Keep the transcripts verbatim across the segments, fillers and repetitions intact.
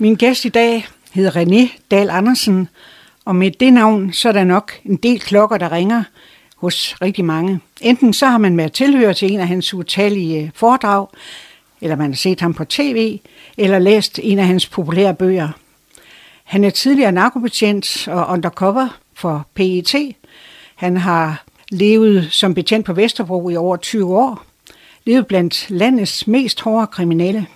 Min gæst i dag hedder René Dahl Andersen, og med det navn, så er der nok en del klokker, der ringer hos rigtig mange. Enten så har man været tilhører til en af hans utallige foredrag, eller man har set ham på tv, eller læst en af hans populære bøger. Han er tidligere narkobetjent og undercover for P E T. Han har levet som betjent på Vesterbro i over tyve år. Levet blandt landets mest hårde kriminelle.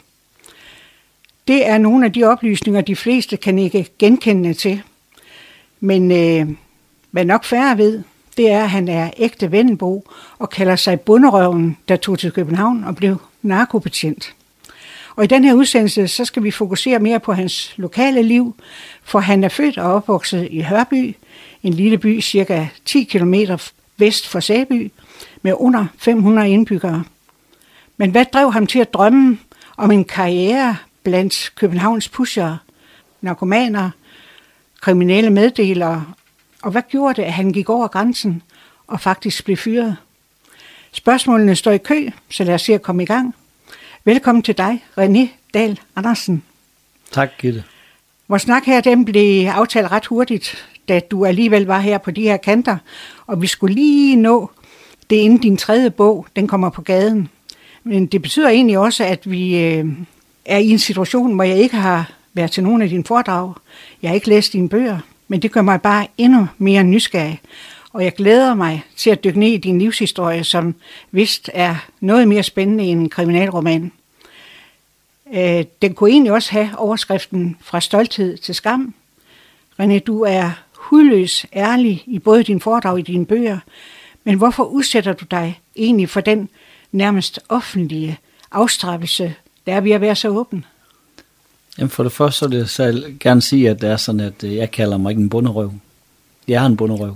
Det er nogle af de oplysninger, de fleste kan ikke genkende til. Men øh, hvad nok færre ved, det er, at han er ægte Vendelbo og kalder sig Bonderøven, der tog til København og blev narkobetjent. Og i den her udsendelse, så skal vi fokusere mere på hans lokale liv, for han er født og opvokset i Hørby, en lille by cirka ti kilometer vest for Sæby, med under fem hundrede indbyggere. Men hvad drev ham til at drømme om en karriere blandt Københavns pushere, narkomaner, kriminelle meddelere, og hvad gjorde det, at han gik over grænsen og faktisk blev fyret? Spørgsmålene står i kø, så lad os se at komme i gang. Velkommen til dig, René Dahl Andersen. Tak, Gitte. Vores snak her, den blev aftalt ret hurtigt, da du alligevel var her på de her kanter, og vi skulle lige nå det, inden din tredje bog, den kommer på gaden. Men det betyder egentlig også, at vi øh, er i en situation, hvor jeg ikke har været til nogen af dine foredrag. Jeg har ikke læst dine bøger, men det gør mig bare endnu mere nysgerrig. Og jeg glæder mig til at dykke ned i din livshistorie, som vist er noget mere spændende end en kriminalroman. Øh, den kunne egentlig også have overskriften fra stolthed til skam. René, du er hudløs ærlig i både dine foredrag og i dine bøger, men hvorfor udsætter du dig egentlig for den nærmest offentlige afstraffelse, der er ved at være så åben? Jamen for det første, så vil jeg så gerne sige, at det er sådan, at jeg kalder mig ikke en bonderøv. Jeg er en bonderøv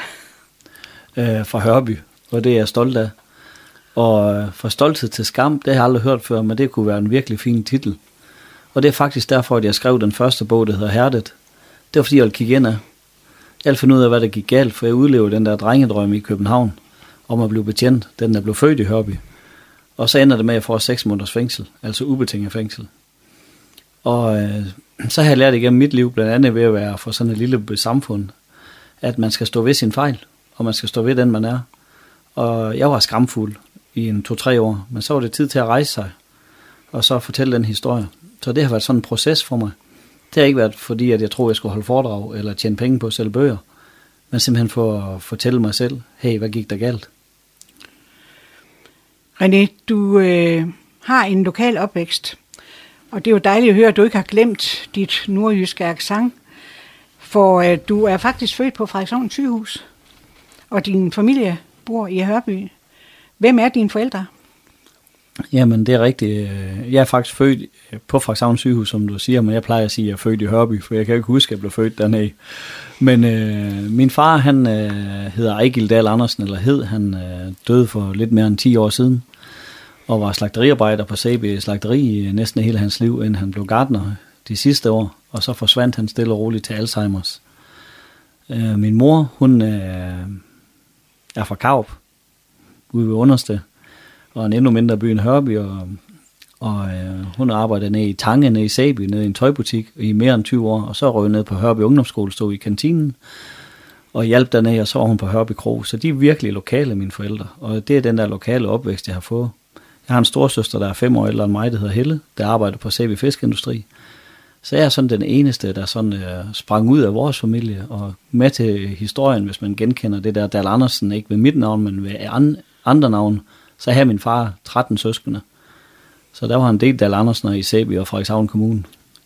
øh, fra Hørby, og det er jeg stolt af. Og fra stolthed til skam, det har jeg aldrig hørt før, men det kunne være en virkelig fin titel. Og det er faktisk derfor, at jeg skrev den første bog, der hedder Hærdet. Det var fordi, jeg ville kigge ind af. Jeg ville finde ud af, hvad der gik galt, for jeg udlevede den der drengedrømme i København, om at blive betjent, den der blev født i Hørby. Og så ender det med, at jeg får seks måneders fængsel, altså ubetinget fængsel. Og øh, så har jeg lært igennem mit liv, blandt andet ved at være for sådan et lille samfund, at man skal stå ved sin fejl, og man skal stå ved den, man er. Og jeg var skamfuld i en to-tre år, men så var det tid til at rejse sig, og så fortælle den historie. Så det har været sådan en proces for mig. Det har ikke været fordi, at jeg troede, jeg skulle holde foredrag, eller tjene penge på at sælge bøger, men simpelthen for at fortælle mig selv, hey, hvad gik der galt? René, du øh, har en lokal opvækst, og det er jo dejligt at høre, at du ikke har glemt dit nordjyske accent, for øh, du er faktisk født på Frederikshavn sygehus, og din familie bor i Hørby. Hvem er dine forældre? Jamen, det er rigtigt. Jeg er faktisk født på Frederikshavn sygehus, som du siger, men jeg plejer at sige, at jeg er født i Hørby, for jeg kan ikke huske, at jeg blev født dernede. Men øh, min far, han øh, hedder Ejgil Dahl Andersen, eller hed, han øh, døde for lidt mere end ti år siden, og var slagteriarbejder på Sæby Slagteri næsten hele hans liv, inden han blev gartner de sidste år, og så forsvandt han stille og roligt til Alzheimers. Øh, min mor, hun øh, er fra Karup, ude ved Understed, og en endnu mindre by end Hørby, og, og øh, hun arbejdede nede i Tange, nede i Sæby, nede i en tøjbutik i mere end tyve år, og så røg ned på Hørby Ungdomsskole, stod i kantinen, og hjalp dernede, og så var hun på Hørby Kro. Så de er virkelig lokale, mine forældre, og det er den der lokale opvækst, jeg har fået. Jeg har en storsøster, der er fem år ældre end mig, der hedder Helle, der arbejder på Sæby Fiskeindustri. Så jeg er sådan den eneste, der sådan øh, sprang ud af vores familie, og med til historien, hvis man genkender det der Dahl Andersen, ikke ved mit navn, men ved an, andre navn, så havde min far tretten søskende. Så der var en del Dahl Andersen i Sæby og Frederikshavn Kommune.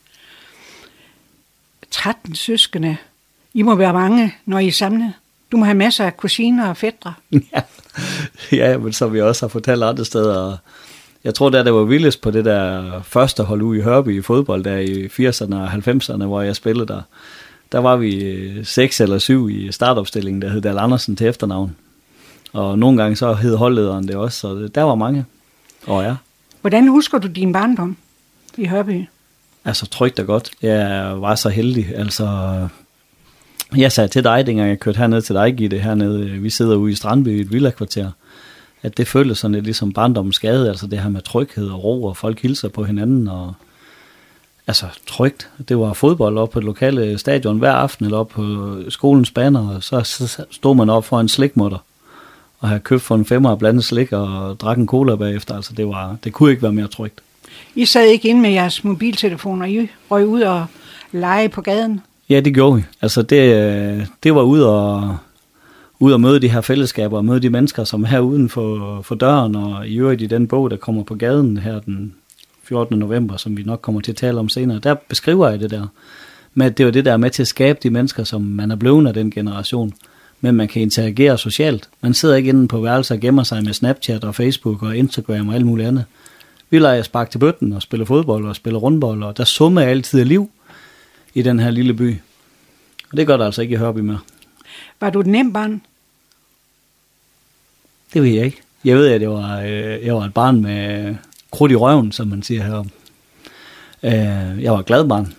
tretten søskende. I må være mange, når I er samlet. Du må have masser af kusiner og fætre. ja. ja, men som vi også har fortalt andre steder. Jeg tror, der det var vildest på det der første hold ude i Hørby i fodbold, der i firserne og halvfemserne, hvor jeg spillede der. Der var vi seks eller syv i startopstillingen, der hed Dahl Andersen til efternavn. Og nogle gange så hed holdlederen det også, så der var mange. Og ja. Hvordan husker du din barndom i Hørby? Altså trygt og godt. Jeg var så heldig. Altså, jeg sagde til dig, dengang jeg kørte herned til dig, Gitte, hernede, vi sidder ude i Strandby i et villakvarter, at det føltes sådan lidt ligesom barndommens skade, altså det her med tryghed og ro, og folk hilser på hinanden, og altså trygt. Det var fodbold op på et lokale stadion hver aften, eller op på skolens baner, og så, så stod man op for en slikmutter, og havde købt for en femmer blandet slik, og drak en cola bagefter. Altså det, var, det kunne ikke være mere trygt. I sad ikke inde med jeres mobiltelefoner, I røg ud og lege på gaden? Ja, det gjorde vi. Altså det, det var ud og, ud og møde de her fællesskaber, og møde de mennesker, som er her uden for, for døren, og i øvrigt i den bog, der kommer på gaden her den fjortende november, som vi nok kommer til at tale om senere, der beskriver jeg det der, med at det var det der med til at skabe de mennesker, som man er blevet af den generation, men man kan interagere socialt. Man sidder ikke inde på værelser og gemmer sig med Snapchat og Facebook og Instagram og alt muligt andet. Vi leger spark til bøtten og spiller fodbold og spiller rundbold, og der summer altid af liv i den her lille by. Og det gør der altså ikke i Hørby mere. Var du et nemt barn? Det ved jeg ikke. Jeg ved, at jeg var, øh, jeg var et barn med krudt i røven, som man siger heroppe. Øh, jeg var et glad barn.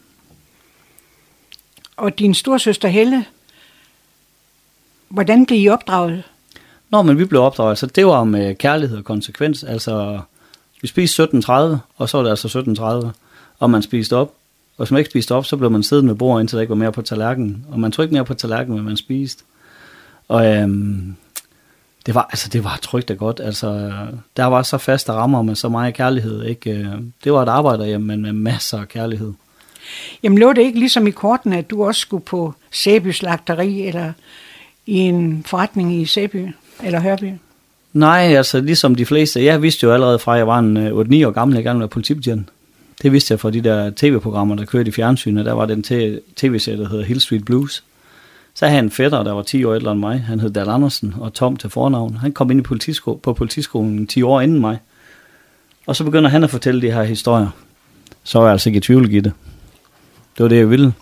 Og din storsøster Helle, hvordan blev I opdraget? Nå, men vi blev opdraget, så det var med kærlighed og konsekvens. Altså, vi spiste sytten tredive, og så var det altså sytten tredive, og man spiste op. Og hvis man ikke spiste op, så blev man siddende ved bordet, indtil der ikke var mere på tallerkenen. Og man tog ikke mere på tallerkenen, men man spiste. Og øhm, det var altså det var trygt og godt. Altså, der var så faste rammer med så meget kærlighed. Ikke? Det var et arbejderhjem, men med masser af kærlighed. Jamen lå det ikke ligesom i kortene, at du også skulle på Sæby slagteri, eller i en forretning i Sæby, eller Hørby? Nej, altså ligesom de fleste. Jeg vidste jo allerede fra, at jeg var en otte ni år gammel, jeg gerne var politibetjent. Det vidste jeg fra de der tv-programmer, der kørte i fjernsynet. Der var den tv-serie, der hedder Hill Street Blues. Så havde han en fætter, der var ti år ældre end mig. Han hed Dal Andersen, og Tom til fornavn. Han kom ind i politisko- på politiskolen ti år inden mig. Og så begynder han at fortælle de her historier. Så var jeg altså ikke i tvivl i det. Det var det, jeg ville.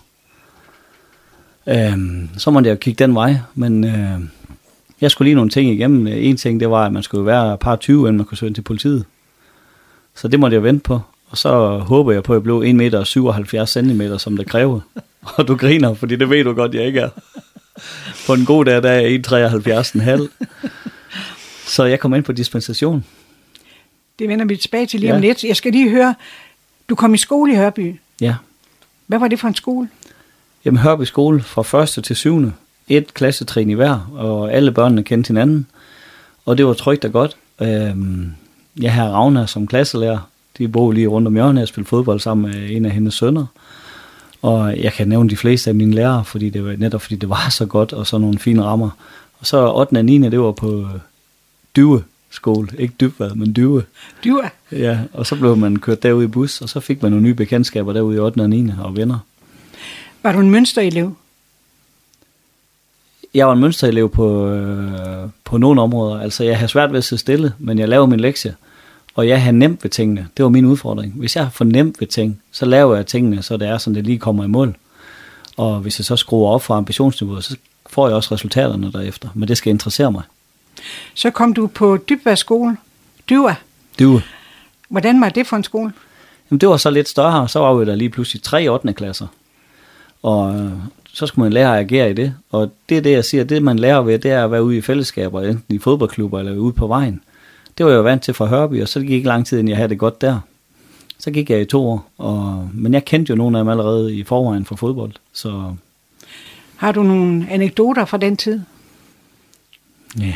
Øhm, så måtte jeg kigge den vej, men øh, jeg skulle lige nogle ting igennem. En ting, det var, at man skulle være par tyve, inden man kunne søge ind til politiet. Så det måtte jeg vente på. Og så håber jeg på, at jeg blev en meter og syvoghalvfjerds centimeter, som det kræver. Og du griner, fordi det ved du godt, jeg ikke er. På en god dag, der er jeg en komma treoghalvfjerds komma fem. Så jeg kom ind på dispensation. Det vender vi tilbage til lige ja. om lidt. Jeg skal lige høre, du kom i skole i Hørby. Ja. Hvad var det for en skole? Jamen Hørby skole fra første til syvende. Et klassetrin i hver, og alle børnene kendte hinanden. Og det var trygt og godt. Jeg havde Ravna som klasselærer. De boede lige rundt om hjørnet og spillede fodbold sammen med en af hendes sønner. Og jeg kan nævne de fleste af mine lærere, fordi det var, netop fordi det var så godt, og så nogle fine rammer. Og så ottende og niende det var på Dyve skole. Ikke Dybvad, men Dyve. Dyve? Ja, og så blev man kørt derud i bus, og så fik man nogle nye bekendtskaber derude i ottende og niende og venner. Var du en mønsterelev? Jeg var en mønsterelev på, øh, på nogle områder. Altså, jeg havde svært ved at sidde stille, men jeg lavede min lektie. Og jeg havde nemt ved tingene. Det var min udfordring. Hvis jeg har for nemt ved ting, så laver jeg tingene, så det er sådan, det lige kommer i mål. Og hvis jeg så skruer op for ambitionsniveauet, så får jeg også resultaterne derefter. Men det skal interessere mig. Så kom du på Dybvad skole. Dyve. Dyve. Hvordan var det for en skole? Jamen, det var så lidt større. Så var vi der lige pludselig tre ottende klasser. Og øh, så skulle man lære at agere i det. Og det er det, jeg siger. Det, man lærer ved, det er at være ude i fællesskaber, enten i fodboldklubber eller ude på vejen. Det var jeg jo vant til fra Hørby, og så gik ikke lang tid, inden jeg havde det godt der. Så gik jeg i to år, og, men jeg kendte jo nogle af dem allerede i forvejen fra fodbold. Så. Har du nogle anekdoter fra den tid? Ja,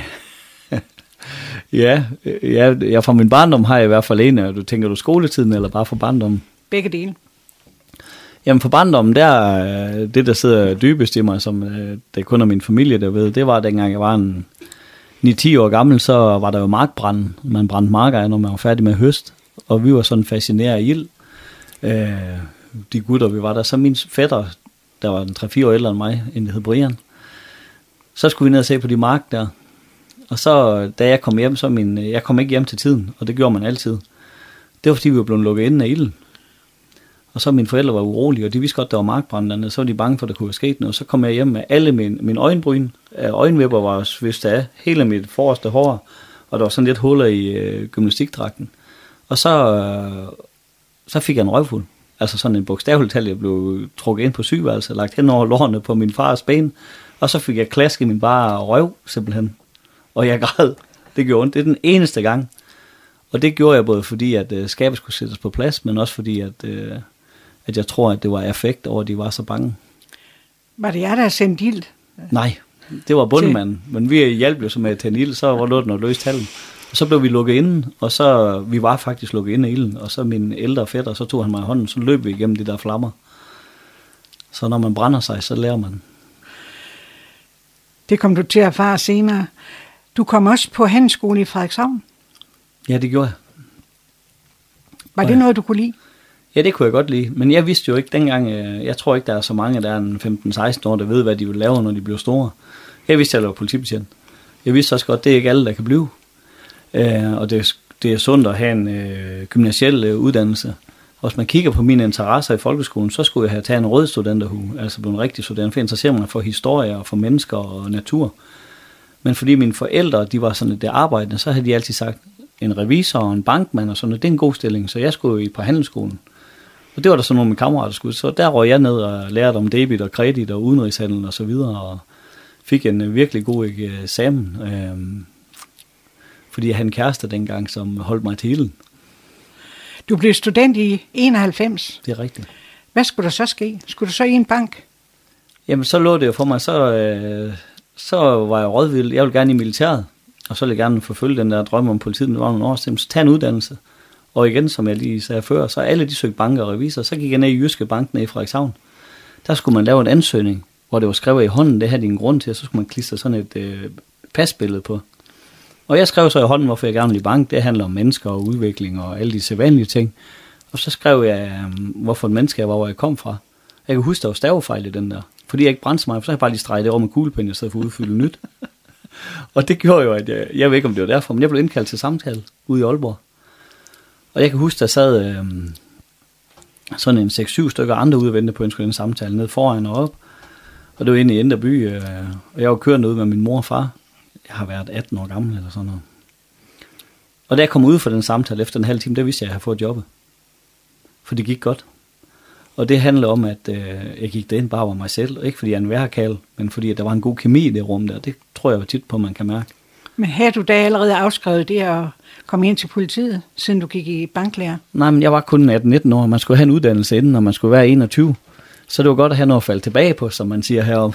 ja, ja, ja, fra min barndom har jeg i hvert fald en. Du tænker du skoletiden, eller bare fra barndommen? Begge dele. Jamen for barndommen, der, det der sidder dybest i mig, som det kun er min familie, der ved, det var dengang jeg var en ni ti år gammel, så var der jo markbrand. Man brændte marker, når man var færdig med høst. Og vi var sådan fascineret af ild. Øh, de gutter, vi var der. Så min fætter, der var en tre fire år ældre end mig, en der hed Brian. Så skulle vi ned og se på de mark der. Og så, da jeg kom hjem, så min, jeg kom ikke hjem til tiden, og det gjorde man altid. Det var fordi, vi var blevet lukket inde af ilden. Og så mine forældre var urolige, og de vidste godt, der var markbrand dernede. Så var de bange for, at der kunne være sket noget. Og så kom jeg hjem med alle mine, mine øjenbryn. Øjenvipper var svidst af. Hele mit forreste hår. Og der var sådan lidt huller i øh, gymnastikdragten. Og så, øh, så fik jeg en røvfuld. Altså sådan en bogstaveligt talt, jeg blev trukket ind på sygeværelset, lagt hen over lårene på min fars ben. Og så fik jeg klask i min bare røv, simpelthen. Og jeg græd. Det gjorde ondt. Det er den eneste gang. Og det gjorde jeg både fordi, at øh, skabet skulle sættes på plads, men også fordi, at øh, at jeg tror, at det var affekt over, at de var så bange. Var det jer, der sendte ild? Nej, det var bundemanden. Men vi hjalp jo så med at tænde ild, så var der noget løst halm. Og så blev vi lukket inde, og så, vi var faktisk lukket inde i ilden, og så min ældre fætter, så tog han mig i hånden, så løb vi igennem de der flammer. Så når man brænder sig, så lærer man. Det kom du til at erfare senere. Du kom også på handelsskole i Frederikshavn. Ja, det gjorde jeg. Var det noget, du kunne lide? Ja, det kunne jeg godt lide, men jeg vidste jo ikke dengang, jeg tror ikke, der er så mange, der er femten seksten år, der ved, hvad de vil lave, når de bliver store. Jeg vidste, at jeg var politibetjent. Jeg vidste også godt, det er ikke alle, der kan blive. Øh, og det, det er sundt at have en øh, gymnasiel øh, uddannelse. Og hvis man kigger på mine interesser i folkeskolen, så skulle jeg have taget en rød studenterhue, altså blive en rigtig student, for jeg interesserer mig for historie og for mennesker og natur. Men fordi mine forældre, de var sådan lidt der arbejdende, så havde de altid sagt, en revisor og en bankmand og sådan noget, det er en god stilling, så jeg skulle jo på handelsskolen. Og det var der så nogle af mine kammerater skulle, så der røg jeg ned og lærte om debit og kredit og udenrigshandel og så videre, og fik en virkelig god eksamen, øh, fordi jeg havde en kæreste dengang, som holdt mig til ilden. Du blev student i enoghalvfems. Det er rigtigt. Hvad skulle der så ske? Skulle du så i en bank? Jamen, så lå det jo for mig, så, øh, så var jeg rådvild. Jeg ville gerne i militæret, og så ville jeg gerne forfølge den der drøm om politiet, det var nogle år siden. Så tag en uddannelse. Og igen, som jeg lige sagde før, så alle de søgte banker og revisorer. Så gik jeg ned i Jyske Bank nede i Frederikshavn. Der skulle man lave en ansøgning, hvor det var skrevet i hånden, det havde de en grund til, og så skulle man klistre sådan et øh, pasbillede på. Og jeg skrev så i hånden, hvorfor jeg gerne ville i bank. Det handler om mennesker og udvikling og alle de sædvanlige ting. Og så skrev jeg, øh, hvorfor et menneske jeg var, hvor jeg kom fra. Jeg kan huske, der var stavefejl i den der. Fordi jeg ikke brændte mig, for så havde jeg bare lige streget det over med kuglepen, i stedet for at udfylde nyt. Og det gjorde jo, at jeg, jeg ved ikke, om det var derfor, men jeg blev indkaldt til samtale ude i Aalborg. Og jeg kan huske, der sad øh, sådan en seks syv stykker andre ude og vente på en en samtale ned foran og op. Og det var inde i Indre By, øh, og jeg var kørende ud med min mor og far. Jeg har været atten år gammel eller sådan noget. Og da jeg kom ud for den samtale efter en halv time, der vidste jeg, at jeg havde fået jobbet. For det gik godt. Og det handler om, at øh, jeg gik derind bare var mig selv. Og ikke fordi jeg er en værkal, men fordi at der var en god kemi i det rum der. Det tror jeg var tit på, man kan mærke. Men havde du da allerede afskrevet det at komme ind til politiet, siden du gik i banklærer? Nej, men jeg var kun atten nitten år. Man skulle have en uddannelse inden, og man skulle være enogtyve. Så det var godt at have noget at falde tilbage på, som man siger heroppe.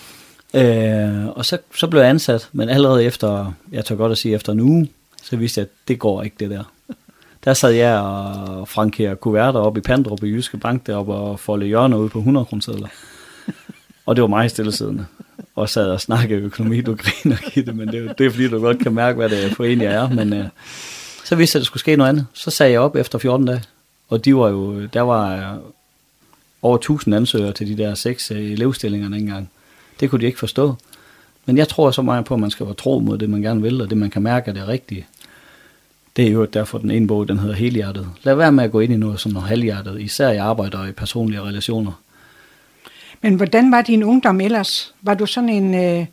Øh, og så, så blev jeg ansat, men allerede efter, jeg tør godt at sige efter en uge, så vidste jeg, at det går ikke det der. Der sad jeg og frankerede kuverter op i Pandrup i Jyske Bank deroppe og foldede hjørner ud på hundrede kronesedler. Og det var mig stillesiddende. Og sad og snakkede økonomi, du griner Gitte, men det, det er fordi, du godt kan mærke, hvad det er for en, jeg er. Men øh, så vidste jeg, at der skulle ske noget andet. Så sagde jeg op efter fjorten dage, og de var jo, der var over tusind ansøgere til de der seks øh, elevstillinger dengang. Det kunne de ikke forstå. Men jeg tror så meget på, at man skal være tro mod det, man gerne vil, og det, man kan mærke, er det rigtige. Det er jo derfor, den ene bog, den hedder Helhjertet. Lad være med at gå ind i noget som noget halvhjertet, især i arbejde og i personlige relationer. Men hvordan var din ungdom ellers? Var du sådan en... Øh...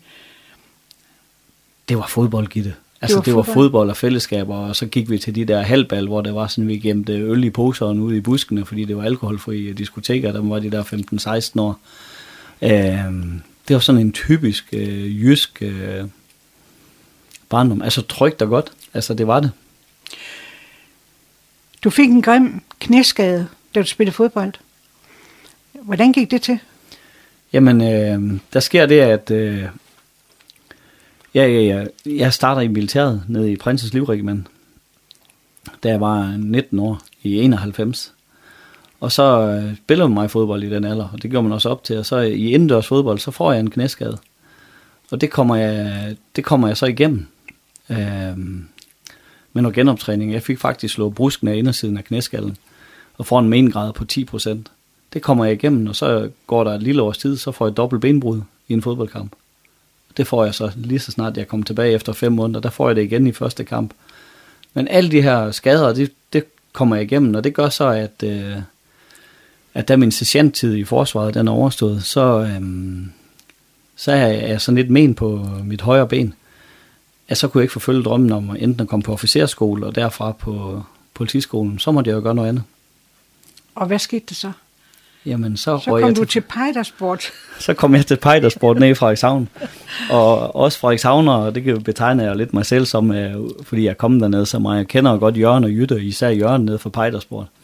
Det var fodbold, Gitte. Altså, det var, det var fodbold. fodbold og fællesskaber, og så gik vi til de der halvbal, hvor der var sådan, vi gemte øl i poseren ude i buskene, fordi det var alkoholfri diskoteker, der var de der femten seksten år. Øh, det var sådan en typisk øh, jysk øh, barndom. Altså trygt og godt. Altså, det var det. Du fik en grim knæskade, da du spillede fodbold. Hvordan gik det til? Jamen, øh, der sker det, at øh, jeg, jeg, jeg starter i militæret nede i Prinses Livregiment, da jeg var nitten år i enoghalvfems. Og så øh, spiller man mig fodbold i den alder, og det gjorde man også op til. Og så i indendørs fodbold, så får jeg en knæskade. Og det kommer jeg, det kommer jeg så igennem. Øh, med noget genoptræning. Jeg fik faktisk slået brusken af indersiden af knæskallen, og får en mengrad på ti procent. Det kommer jeg igennem, og så går der et lille års tid, så får jeg dobbelt benbrud i en fodboldkamp. Det får jeg så lige så snart jeg kommer tilbage efter fem måneder, der får jeg det igen i første kamp. Men alle de her skader, det, det kommer jeg igennem, og det gør så, at, øh, at da min sergeanttid i forsvaret den er overstået, så, øh, så er jeg sådan lidt men på mit højre ben. Ja, så kunne jeg ikke forfølge drømmen om enten at komme på officerskole og derfra på politiskolen. Så måtte jeg jo gøre noget andet. Og hvad skete det så? Jamen, så, så kom jeg du til, til Pejdersport. Så kom jeg til Pejdersport nede i Frederikshavn. Og også Frederikshavner, det kan jo betegne jeg lidt mig selv som, fordi jeg kom dernede, så jeg kender godt Jørgen og Jytte, især Jørgen nede fra Pejdersport.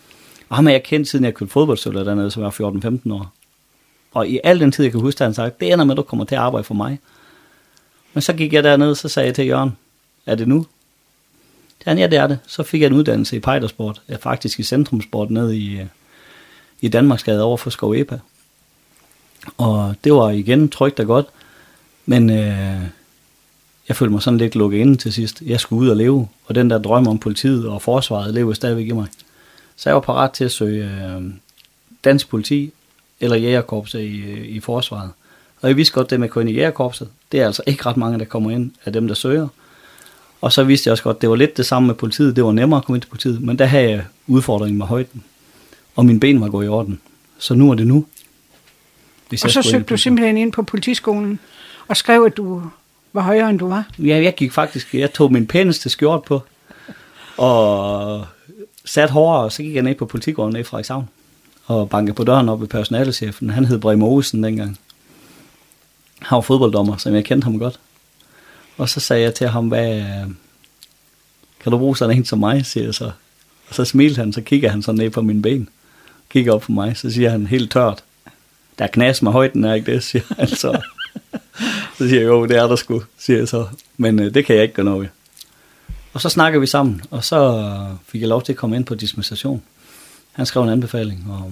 Og ham har jeg kendt, siden jeg købte fodboldstøvler dernede, som jeg var fjorten femten år. Og i al den tid, jeg kan huske, at han sagde, det ender med, at du kommer til at arbejde for mig. Men så gik jeg derned, så sagde jeg til Jørgen, er det nu? Ja, ja, det er det. Så fik jeg en uddannelse i Pejdersport, faktisk i Centrumsport nede i, i Danmarksgade over for Skov Epa. Og det var igen trygt og godt, men øh, jeg følte mig sådan lidt lukket inde til sidst. Jeg skulle ud og leve, og den der drøm om politiet og forsvaret levede stadigvæk i mig. Så jeg var parat til at søge øh, dansk politi eller jægerkorpset i, i forsvaret. Og jeg vidste godt, det med at gå ind i jægerkorpset, det er altså ikke ret mange, der kommer ind af dem, der søger. Og så vidste jeg også godt, det var lidt det samme med politiet. Det var nemmere at komme ind til politiet, men der havde jeg udfordringen med højden. Og mine ben var gået i orden. Så nu er det nu. Og så søgte du simpelthen ind på politiskolen og skrev, at du var højere, end du var? Ja, jeg gik faktisk, jeg tog min pæneste skjort på, og sat hårdere, og så gik jeg ned på politigården ned i Frederikshavn, og bankede på døren op ved personalechefen. Han hed Bremer Olsen dengang. Han var fodbolddommer, så jeg kendte ham godt. Og så sagde jeg til ham, hvad, kan du bruge sådan en som mig, siger jeg så. Og så smilte han, så kigger han så ned på mine ben, kigger op på mig, så siger han helt tørt, der er knas med højden, er ikke det, siger han så. Så siger jeg, jo, det er der sgu, siger jeg så. Men øh, det kan jeg ikke gøre noget ved. Og så snakker vi sammen, og så fik jeg lov til at komme ind på dispensation. Han skrev en anbefaling, og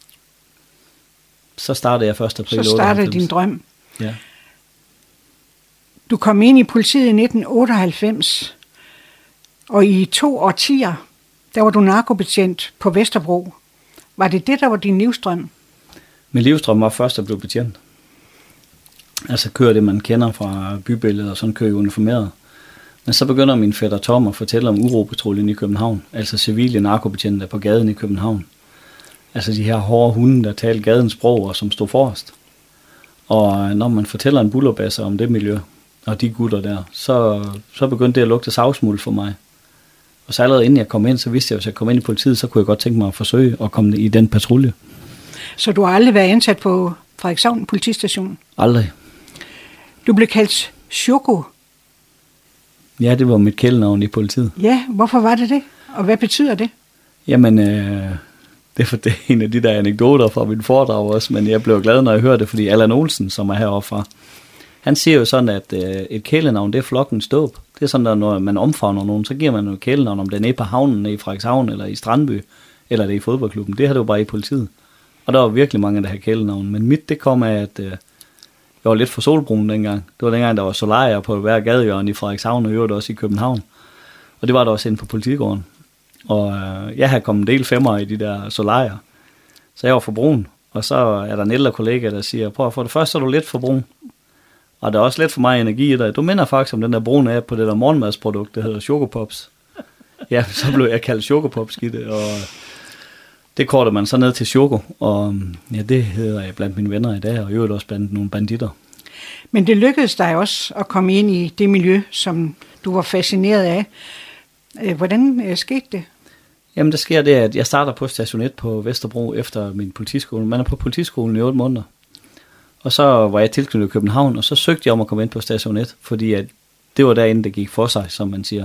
så startede jeg første april. Så startede din drøm. Ja. Du kom ind i politiet i nitten otteoghalvfems, og i to årtier, der var du narkobetjent på Vesterbro. Var det det, der var din livsdrøm? Min livsdrøm var først at blive betjent. Altså køre det, man kender fra bybilledet, og sådan køre uniformeret. Men så begynder min fætter Tom at fortælle om uropatruljen i København, altså civile narkobetjente på gaden i København. Altså de her hårde hunde, der talte gadens sprog, og som stod forrest. Og når man fortæller en bullerbasser om det miljø, og de gutter der, så, så begyndte det at lugte savsmuld for mig. Og så allerede inden jeg kom ind, så vidste jeg, at hvis jeg kom ind i politiet, så kunne jeg godt tænke mig at forsøge at komme i den patrulje. Så du har aldrig været ansat på Frederikshavn politistation? Aldrig. Du blev kaldt Choco. Ja, det var mit kælenavn i politiet. Ja, hvorfor var det det? Og hvad betyder det? Jamen, øh, det, er, det er en af de der anekdoter fra min foredrag også, men jeg blev glad, når jeg hører det, fordi Allan Olsen, som er heroppe fra, han siger jo sådan, at øh, et kælenavn, det er flokkens dåb. Det er sådan, at når man omfavner nogen, så giver man jo kælenavn, om det er nede på havnen, nede i Frederikshavn, eller i Strandby, eller det er i fodboldklubben. Det har det jo bare i politiet. Og der var virkelig mange, der havde kælenavn. Men mit, det kom af, at øh, jeg var lidt for solbrun dengang. Det var dengang, der var solarier på hver gadehjørne i Frederikshavn, og øvrigt også i København. Og det var der også inde på politigården. Og øh, jeg havde kommet en del femmer i de der solarier. Så jeg var for brun. Og så er der en ældre kollega, der siger, prøv at for det første, så er du lidt for brun. Og der er også lidt for meget energi i dig. Du minder faktisk om den der brune app på det der morgenmadsprodukt, der hedder Choco Pops. Ja, så blev jeg kaldt Choco Pops i det, og det korter man så ned til Choco. Og ja, det hedder jeg blandt mine venner i dag, og i øvrigt også blandt nogle banditter. Men det lykkedes dig også at komme ind i det miljø, som du var fascineret af. Hvordan øh, skete det? Jamen, der sker det, at jeg starter på station et på Vesterbro efter min politiskole. Man er på politiskolen i otte måneder. Og så var jeg tilknyttet i København, og så søgte jeg om at komme ind på station et, fordi at det var derinde, det gik for sig, som man siger.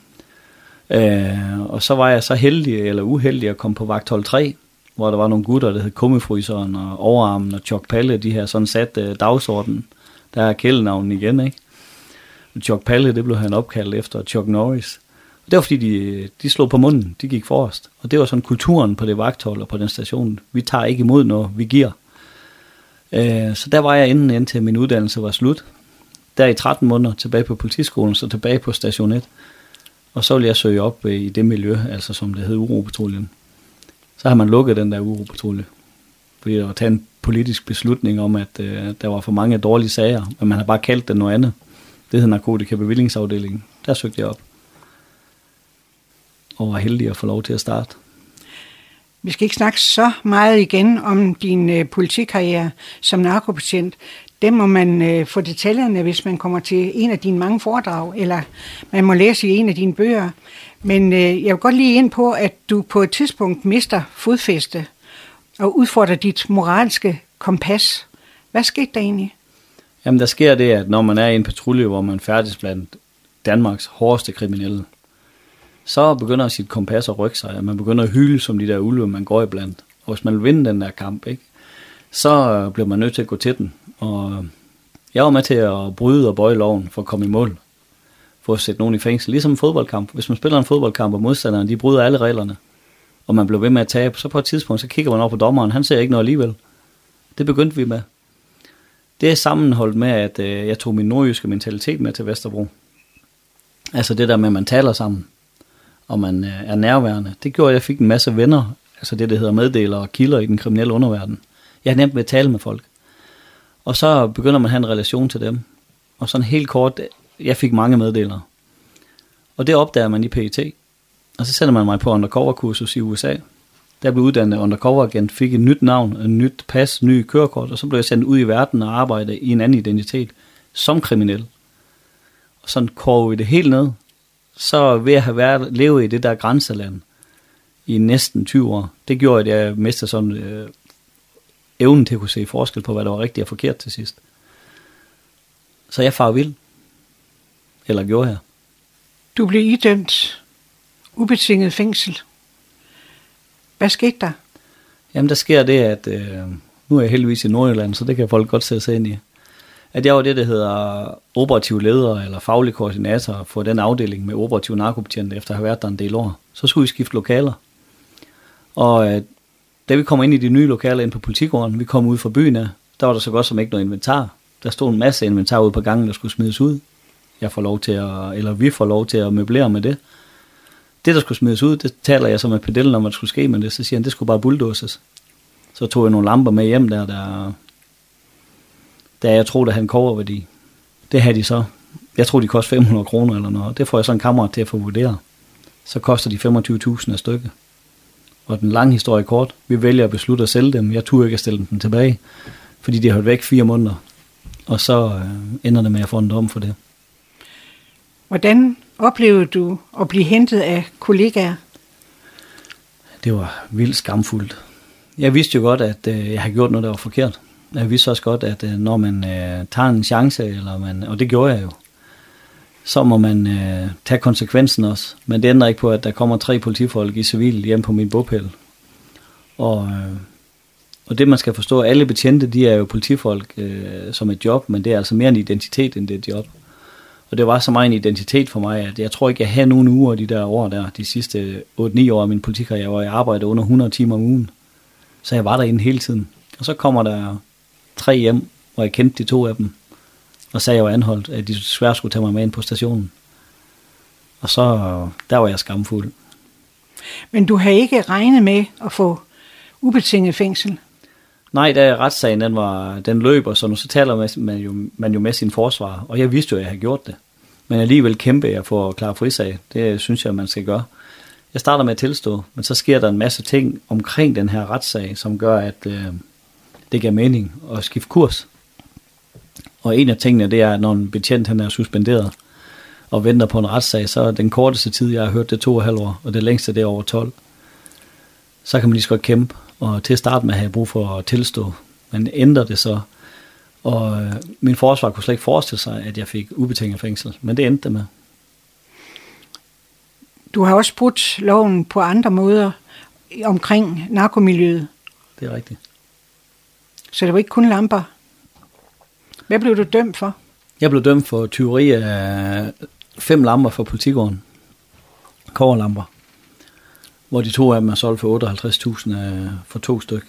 Øh, og så var jeg så heldig, eller uheldig, at komme på vagthold tre, hvor der var nogle gutter, der hed Kummefryseren og Overarmen og Chuck Palle, de her sådan sat øh, dagsorden. Der er kælenavnen igen, ikke? Og Chuck Palle, det blev han opkaldt efter Chuck Norris. Og det var fordi, de, de slog på munden, de gik forrest. Og det var sådan kulturen på det vagthold og på den station. Vi tager ikke imod noget, vi giver. Så der var jeg inden indtil min uddannelse var slut. Der i tretten måneder tilbage på politiskolen, så tilbage på station et. Og så ville jeg søge op i det miljø, altså som det hed Uropatruljen. Så har man lukket den der Uropatrulje. Fordi der var taget en politisk beslutning om, at øh, der var for mange dårlige sager, men man har bare kaldt det noget andet. Det hed narkotikabevillingsafdelingen. Der søgte jeg op. Og var heldig at få lov til at starte. Vi skal ikke snakke så meget igen om din øh, politikarriere som narkopatient. Det må man øh, få detaljerne, hvis man kommer til en af dine mange foredrag, eller man må læse i en af dine bøger. Men øh, jeg vil godt lige ind på, at du på et tidspunkt mister fodfæste og udfordrer dit moralske kompas. Hvad skete der egentlig? Jamen, der sker det, at når man er i en patrulje, hvor man færdes blandt Danmarks hårdeste kriminelle, så begynder sit kompas at rykke sig, og man begynder at hyle som de der ulve, man går iblandt. Og hvis man vil vinde den der kamp, ikke, så bliver man nødt til at gå til den. Og jeg var med til at bryde og bøje loven for at komme i mål, for at sætte nogen i fængsel. Ligesom en fodboldkamp. Hvis man spiller en fodboldkamp, og modstanderne, de bryder alle reglerne, og man bliver ved med at tabe, så på et tidspunkt, så kigger man over på dommeren, han ser ikke noget alligevel. Det begyndte vi med. Det er sammenholdt med, at øh, jeg tog min nordjyske mentalitet med til Vesterbro. Altså det der med, at man taler sammen, og man øh, er nærværende. Det gjorde, at jeg fik en masse venner, altså det, der hedder meddelere og kilder i den kriminelle underverden. Jeg er nemt ved at tale med folk. Og så begynder man at have en relation til dem. Og sådan helt kort, jeg fik mange meddelere. Og det opdager man i P E T. Og så sender man mig på undercover-kursus i U S A. Der blev uddannet undercover-agent, fik et nyt navn, et nyt pas, ny kørekort, og så blev jeg sendt ud i verden og arbejde i en anden identitet som kriminel. Og sådan kårer vi det helt ned. Så ved at have været, levet i det der grænseland i næsten tyve år, det gjorde, at jeg mistede sådan øh, evnen til at kunne se forskel på, hvad der var rigtigt og forkert til sidst. Så jeg farer vild. Eller gjorde jeg. Du blev idømt ubetinget fængsel. Hvad skete der? Jamen, der sker det, at øh, nu er jeg heldigvis i Nordjylland, så det kan folk godt sætte sig ind i. At jeg var det, der hedder operativ leder eller faglig koordinator for den afdeling med operativ narkobetjente, efter at have været der en del år. Så skulle vi skifte lokaler. Og øh, da vi kom ind i de nye lokaler ind på politigården, vi kom ud fra byen af, der var der så godt som ikke noget inventar. Der stod en masse inventar ude på gangen, der skulle smides ud. Jeg får lov til at, eller vi får lov til at møblere med det. Det, der skulle smides ud, det taler jeg så med pedellen om, hvad der skulle ske med det. Så siger han, det skulle bare bulldozes. Så tog jeg nogle lamper med hjem der, der, der jeg troede, at han coverværdi. Det havde de så. Jeg tror de koster fem hundrede kroner eller noget. Det får jeg så en kammerat til at få vurderet. Så koster de femogtyve tusind af stykke. Og den lange historie kort, vi vælger at beslutte at sælge dem. Jeg turde ikke at stille dem tilbage, fordi de har holdt væk fire måneder. Og så øh, ender det med at få en dom for det. Hvordan oplevede du at blive hentet af kollegaer? Det var vildt skamfuldt. Jeg vidste jo godt, at øh, jeg havde gjort noget, der var forkert. Jeg vidste også godt, at øh, når man øh, tager en chance, eller man, og det gjorde jeg jo, så må man øh, tage konsekvensen også. Men det ændrer ikke på, at der kommer tre politifolk i civil hjem på min bopæl. Og, øh, og det man skal forstå, at alle betjente, de er jo politifolk øh, som et job, men det er altså mere en identitet, end det er et job. Og det var så meget en identitet for mig, at jeg tror ikke, jeg havde nogle uger de der år der, de sidste otte ni år af min politikarriere, hvor jeg arbejdede under hundrede timer om ugen. Så jeg var derinde hele tiden. Og så kommer der tre hjem, hvor jeg kendte de to af dem, og sagde, jeg var anholdt, at de svært skulle tage mig med ind på stationen. Og så, der var jeg skamfuld. Men du havde ikke regnet med at få ubetinget fængsel? Nej, da retssagen den, var, den løb, og så, nu, så taler man jo, man jo med sin forsvar, og jeg vidste jo, at jeg havde gjort det. Men alligevel kæmpe jeg for at klare frisag. Det synes jeg, man skal gøre. Jeg starter med at tilstå, men så sker der en masse ting omkring den her retssag, som gør, at øh, det giver mening at skifte kurs. Og en af tingene, det er, at når en betjent han er suspenderet og venter på en retssag, så er den korteste tid, jeg har hørt, det to og halv år, og det længste, det er over tolv. Så kan man lige så godt kæmpe, og til at starte med have brug for at tilstå. Men ændrer det så, og øh, min forsvar kunne slet ikke forestille sig, at jeg fik ubetinget fængsel, men det endte det med. Du har også brudt loven på andre måder omkring narkomiljøet. Det er rigtigt. Så det var ikke kun lamper. Hvad blev du dømt for? Jeg blev dømt for tyveri af fem lamper fra politigården. Kobberlamper. Hvor de to af dem er solgt for otteoghalvtreds tusind for to stykker.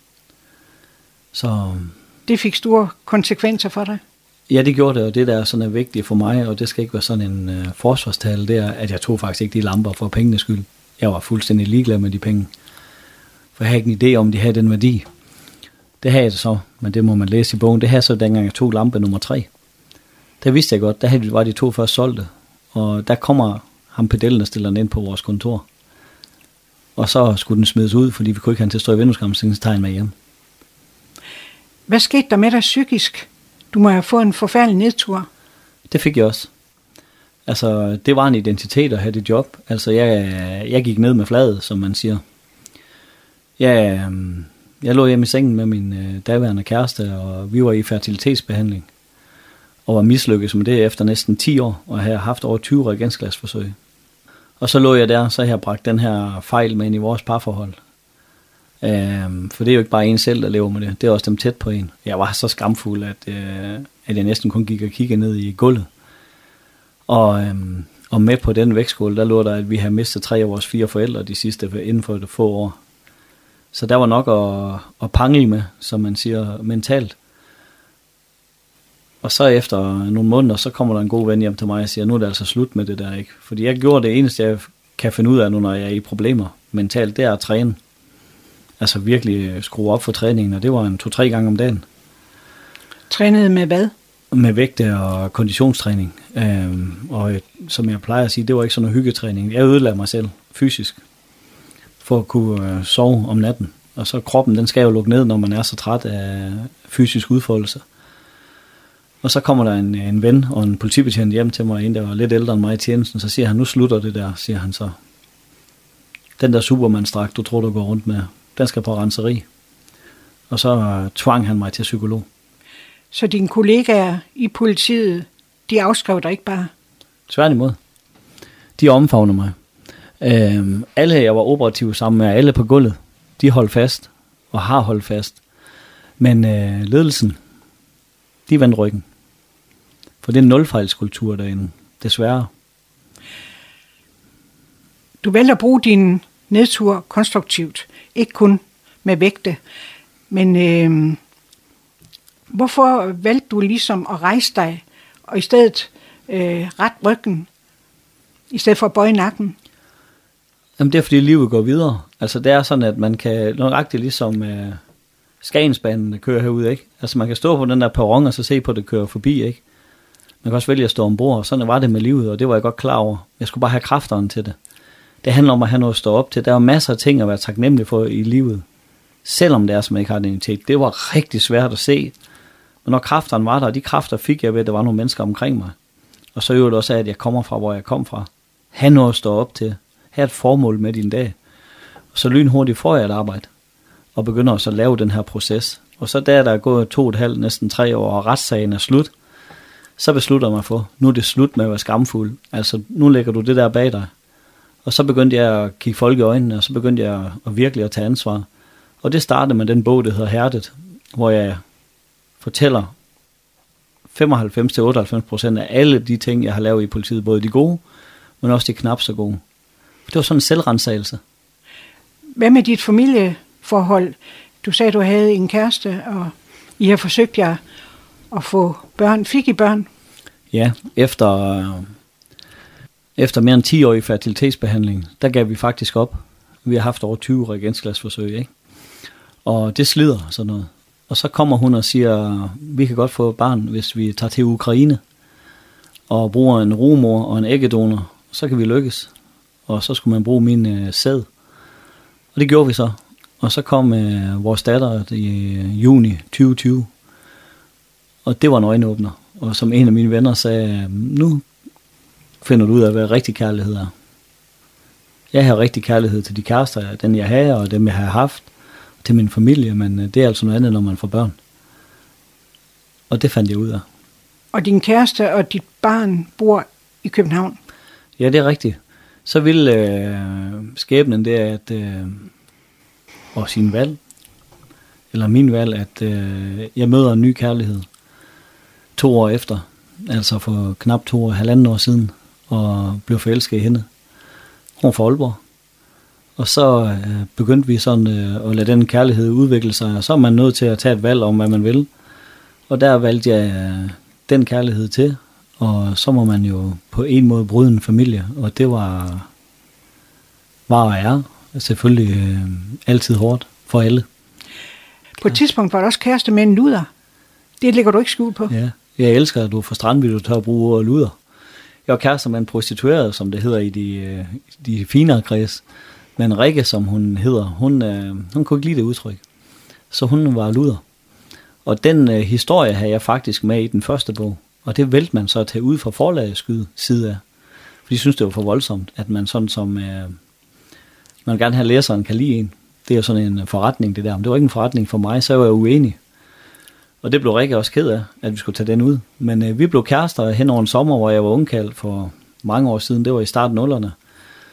Så det fik store konsekvenser for dig? Ja, det gjorde det, og det der er sådan er vigtigt for mig, og det skal ikke være sådan en uh, forsvarstale, det er, at jeg tog faktisk ikke de lamper for pengenes skyld. Jeg var fuldstændig ligeglad med de penge. For jeg havde ikke en idé om, de havde den værdi. Det havde jeg så, men det må man læse i bogen. Det havde så dengang jeg tog lampe nummer tre. Der vidste jeg godt, der var de to først solgte, og der kommer ham pedellen, der stiller den ind på vores kontor. Og så skulle den smides ud, fordi vi kunne ikke have den til at stå i vindueskarmen, så tegn med hjem. Hvad skete der med dig psykisk? Du må have fået en forfærdelig nedtur. Det fik jeg også. Altså, det var en identitet at have det job. Altså, jeg, jeg gik ned med fladet, som man siger. Jeg, jeg lå hjemme i sengen med min øh, daværende kæreste, og vi var i fertilitetsbehandling. Og var mislykket med det efter næsten ti år, og havde haft over tyve reagensglasforsøg. Og så lå jeg der, så har jeg bragt den her fejl med ind i vores parforhold. Øhm, for det er jo ikke bare en selv, der lever med det. Det er også dem tæt på en. Jeg var så skamfuld, at, øh, at jeg næsten kun gik og kiggede ned i gulvet. Og, øhm, og med på den vægtskål, der lå der, at vi havde mistet tre af vores fire forældre de sidste inden for et få år. Så der var nok at, at pangle med, som man siger, mentalt. Og så efter nogle måneder, så kommer der en god ven hjem til mig og siger, nu er det altså slut med det der, ikke? Fordi jeg gjorde det eneste, jeg kan finde ud af nu, når jeg er i problemer mentalt, det er at træne. Altså virkelig skrue op for træningen, og det var en to-tre gange om dagen. Trænede med hvad? Med vægte og konditionstræning. Øhm, og som jeg plejer at sige, det var ikke sådan noget hyggetræning. Jeg ødelagde mig selv fysisk, for at kunne øh, sove om natten. Og så kroppen, den skal jo lukke ned, når man er så træt af fysisk udfoldelse. Og så kommer der en, en ven og en politibetjent hjem til mig, en der var lidt ældre end mig i tjenesten, så siger han, nu slutter det der, siger han så. Den der Superman-strak, du tror, du går rundt med, den skal på renseri. Og så øh, tvang han mig til psykolog. Så dine kollegaer i politiet, de afskrev dig ikke bare? Tværtimod. De omfavner mig. Øhm, alle, jeg var operativ sammen med, alle på gulvet, de holdt fast og har holdt fast. Men øh, ledelsen, de vendte ryggen. For det er en nulfejlskultur derinde, desværre. Du valgte at bruge din nedtur konstruktivt, ikke kun med vægte. Men øh, hvorfor valgte du ligesom at rejse dig, og i stedet øh, ret ryggen, i stedet for at bøje nakken? Jamen det er fordi livet går videre. Altså det er sådan, at man kan, nøjagtigt ligesom øh, Skagensbanen, der kører herude, ikke? Altså man kan stå på den der perron og så se på, at det kører forbi, ikke? Man kan også vælge at stå ombord, og sådan var det med livet, og det var jeg godt klar over. Jeg skulle bare have kræfterne til det. Det handler om at have noget at stå op til. Der er masser af ting at være taknemmelig for i livet. Selvom det er, som jeg ikke har identitet. Det var rigtig svært at se. Men når kræfterne var der, og de kræfter fik jeg ved, at der var nogle mennesker omkring mig. Og så øvrigt også af, at jeg kommer fra, hvor jeg kom fra. Ha' noget at stå op til. Ha' et formål med din dag. Og så lynhurtigt får jeg et arbejde. Og begynder også at lave den her proces. Og så der, der er gået to og et halvt, næsten tre år, og retssagen er slut. Så beslutter jeg mig for, nu er det slut med at være skamfuld. Altså, nu lægger du det der bag dig. Og så begyndte jeg at kigge folk i øjnene, og så begyndte jeg at virkelig at tage ansvar. Og det startede med den bog, der hedder Hærdet, hvor jeg fortæller femoghalvfems til otteoghalvfems procent af alle de ting, jeg har lavet i politiet. Både de gode, men også de knap så gode. Det var sådan en selvrensagelse. Hvad med dit familieforhold? Du sagde, du havde en kæreste, og I har forsøgt jer at få børn. Fik I børn? Ja, efter, efter mere end ti år i fertilitetsbehandling, der gav vi faktisk op. Vi har haft over tyve reagensglasforsøg, ikke? Og det slider sådan noget. Og så kommer hun og siger, vi kan godt få barn, hvis vi tager til Ukraine og bruger en rugemor og en æggedonor. Så kan vi lykkes. Og så skulle man bruge min øh, sæd. Og det gjorde vi så. Og så kom øh, vores datter i øh, juni tyve tyve. Og det var en øjenåbner. Og som en af mine venner sagde, nu finder du ud af, hvad rigtig kærlighed er. Jeg har rigtig kærlighed til de kærester, den jeg har, og dem jeg har haft, til min familie, men det er altså noget andet, når man får børn. Og det fandt jeg ud af. Og din kæreste og dit barn bor i København? Ja, det er rigtigt. Så ville øh, skæbnen det, at øh, og sin valg, eller min valg, at øh, jeg møder en ny kærlighed to år efter, altså for knap to år, halvanden år siden, og blev forelsket i hende. Hun fra Aalborg. Og så øh, begyndte vi sådan øh, at lade den kærlighed udvikle sig, og så er man nødt til at tage et valg om, hvad man vil. Og der valgte jeg øh, den kærlighed til, og så må man jo på en måde bryde en familie, og det var, var og er selvfølgelig øh, altid hårdt for alle. På et tidspunkt var der også kæreste med en luder. Det lægger du ikke skjul på. Ja, jeg elsker, at du fra Strandby, du tør at bruge ordet luder. Jeg var kærester med en prostitueret, som det hedder i de, de finere kreds. Men Rikke, som hun hedder, hun, øh, hun kunne ikke lide det udtryk. Så hun var luder. Og den øh, historie havde jeg faktisk med i den første bog. Og det vælte man så at tage ud fra forlagets side af. For de synes, det var for voldsomt, at man sådan som... Øh, man gerne have læseren kan lide en. Det er jo sådan en forretning, det der. Men det var ikke en forretning for mig, så var jeg uenig. Og det blev Rikke også ked af, at vi skulle tage den ud. Men øh, vi blev kærester hen over en sommer, hvor jeg var ungkald for mange år siden. Det var i starten nullerne.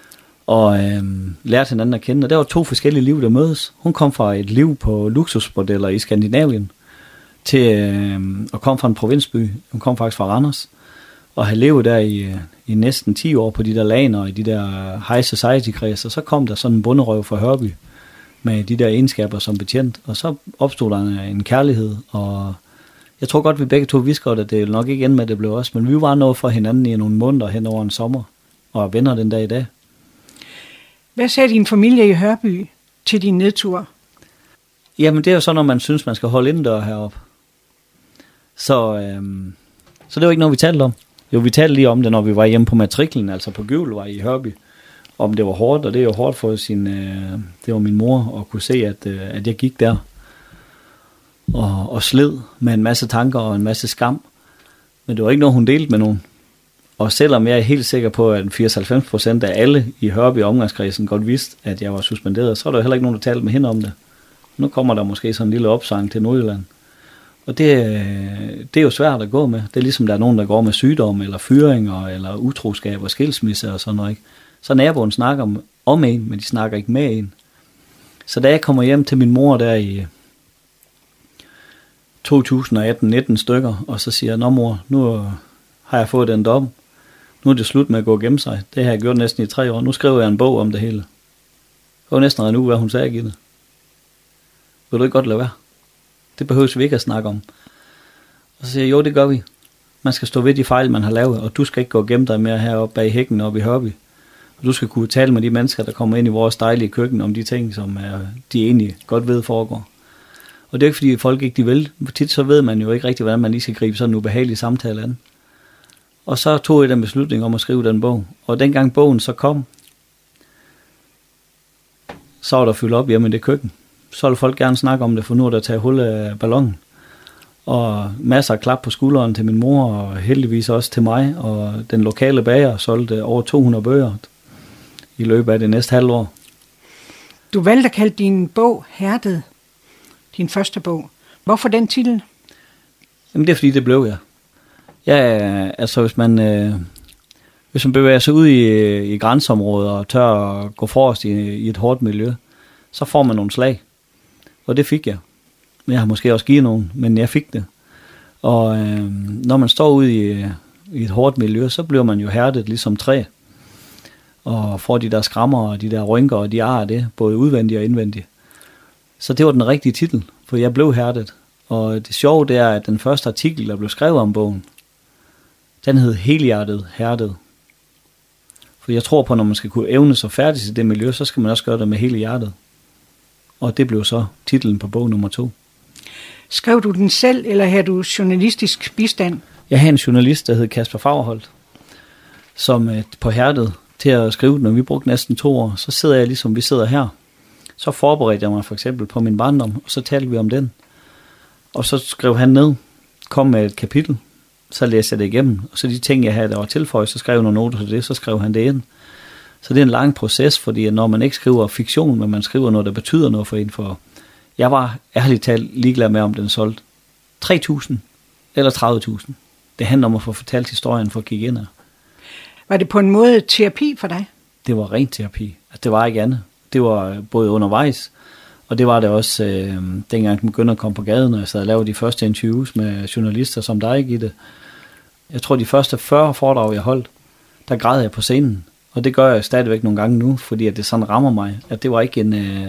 og øh, lærte hinanden at kende. Og der var to forskellige liv, der mødes. Hun kom fra et liv på luksusmodeller i Skandinavien, til øh, at komme fra en provinsby. Hun kom faktisk fra Randers, og havde levet der i, i næsten ti år på de der laner og i de der high society-kredser. Så kom der sådan en bunderøv fra Hørby med de der egenskaber som betjent, og så opstod der en, en kærlighed, og jeg tror godt, vi begge to vidste godt, at det nok ikke endte med, at det blev os, men vi var noget for hinanden i nogle måneder hen over en sommer, og er venner den dag i dag. Hvad sagde din familie i Hørby til din nedtur? Jamen, det er jo så, når man synes, man skal holde indendør heroppe. Så, øhm, så det var ikke noget, vi talte om. Jo, vi talte lige om det, når vi var hjemme på matriklen, altså på Gøvelvej i Hørby, om det var hårdt, og det er jo hårdt for sin, øh, det var min mor at kunne se, at, øh, at jeg gik der og, og sled med en masse tanker og en masse skam. Men det var ikke noget, hun delte med nogen. Og selvom jeg er helt sikker på, at firs til halvfems procent af alle i Hørby omgangskredsen godt vidste, at jeg var suspenderet, så er der heller ikke nogen, der talte med hende om det. Nu kommer der måske sådan en lille opsang til Nordjylland. Og det, det er jo svært at gå med. Det er ligesom, der er nogen, der går med sygdom, eller fyringer, eller utroskab og skilsmisse og sådan noget. Ikke? Så naboen snakker om, om en, men de snakker ikke med en. Så da jeg kommer hjem til min mor der i to tusind atten nitten stykker, og så siger jeg, nå mor, nu har jeg fået den dom. Nu er det slut med at gå og gemme sig. Det har jeg gjort næsten i tre år. Nu skriver jeg en bog om det hele. Det var næsten en uge, hvad hun sagde, Gitte. Vil du ikke godt lade være? Det behøves vi ikke at snakke om. Og så siger jeg, jo, det gør vi. Man skal stå ved de fejl, man har lavet, og du skal ikke gå og gemme dig mere heroppe bag hækken oppe i Hørby. Og du skal kunne tale med de mennesker, der kommer ind i vores dejlige køkken, om de ting, som er, de egentlig godt ved foregår. Og det er ikke, fordi folk ikke de vil. Tit så ved man jo ikke rigtig, hvordan man lige skal gribe sådan en ubehagelig samtale an. Og så tog jeg den beslutning om at skrive den bog. Og dengang bogen så kom, så var der fyldt op hjemme i det køkken. Så ville folk gerne snakke om det, for nu er der taget hul af ballonen. Og masser af klap på skulderen til min mor, og heldigvis også til mig. Og den lokale bager solgte over to hundrede bøger i løbet af det næste halvår. Du valgte at kalde din bog Hærdet, din første bog. Hvorfor den titel? Jamen det er fordi, det blev jeg. Ja, altså hvis man, øh, hvis man bevæger sig ud i, i grænseområder og tør at gå forrest i, i et hårdt miljø, så får man nogle slag. Og det fik jeg. Jeg har måske også givet nogen, men jeg fik det. Og øh, når man står ude i, i et hårdt miljø, så bliver man jo hærdet ligesom træ. Og får de der skrammer og de der rynker og de ar det, både udvendigt og indvendigt. Så det var den rigtige titel, for jeg blev hærdet. Og det sjove det er, at den første artikel, der blev skrevet om bogen, den hed Helhjertet Hærdet. For jeg tror på, at når man skal kunne evne sig færdig til det miljø, så skal man også gøre det med hele hjertet. Og det blev så titlen på bog nummer to. Skrev du den selv, eller havde du journalistisk bistand? Jeg havde en journalist, der hed Kasper Fagerholt, som på Hærdet til at skrive den, og vi brugte næsten to år. Så sidder jeg ligesom vi sidder her. Så forberedte jeg mig for eksempel på min barndom, og så talte vi om den. Og så skrev han ned, kom med et kapitel, så læste jeg det igennem, og så de ting, jeg havde, der var tilføjet, så skrev jeg nogle noter til det, så skrev han det ind. Så det er en lang proces, fordi når man ikke skriver fiktion, men man skriver noget, der betyder noget for en, for jeg var ærligt talt ligeglad med, om den solgte tre tusind eller tredive tusind. Det handler om at få fortalt historien for at kigge ind. Var det på en måde terapi for dig? Det var ren terapi. Altså, det var ikke andet. Det var både undervejs, og det var det også, øh, dengang jeg begyndte at komme på gaden, og jeg sad og lavede de første interviews med journalister som dig, Gitte. Jeg tror, de første fyrre foredrag, jeg holdt, der græd jeg på scenen. Og det gør jeg stadigvæk nogle gange nu, fordi at det sådan rammer mig, at det var ikke en, øh,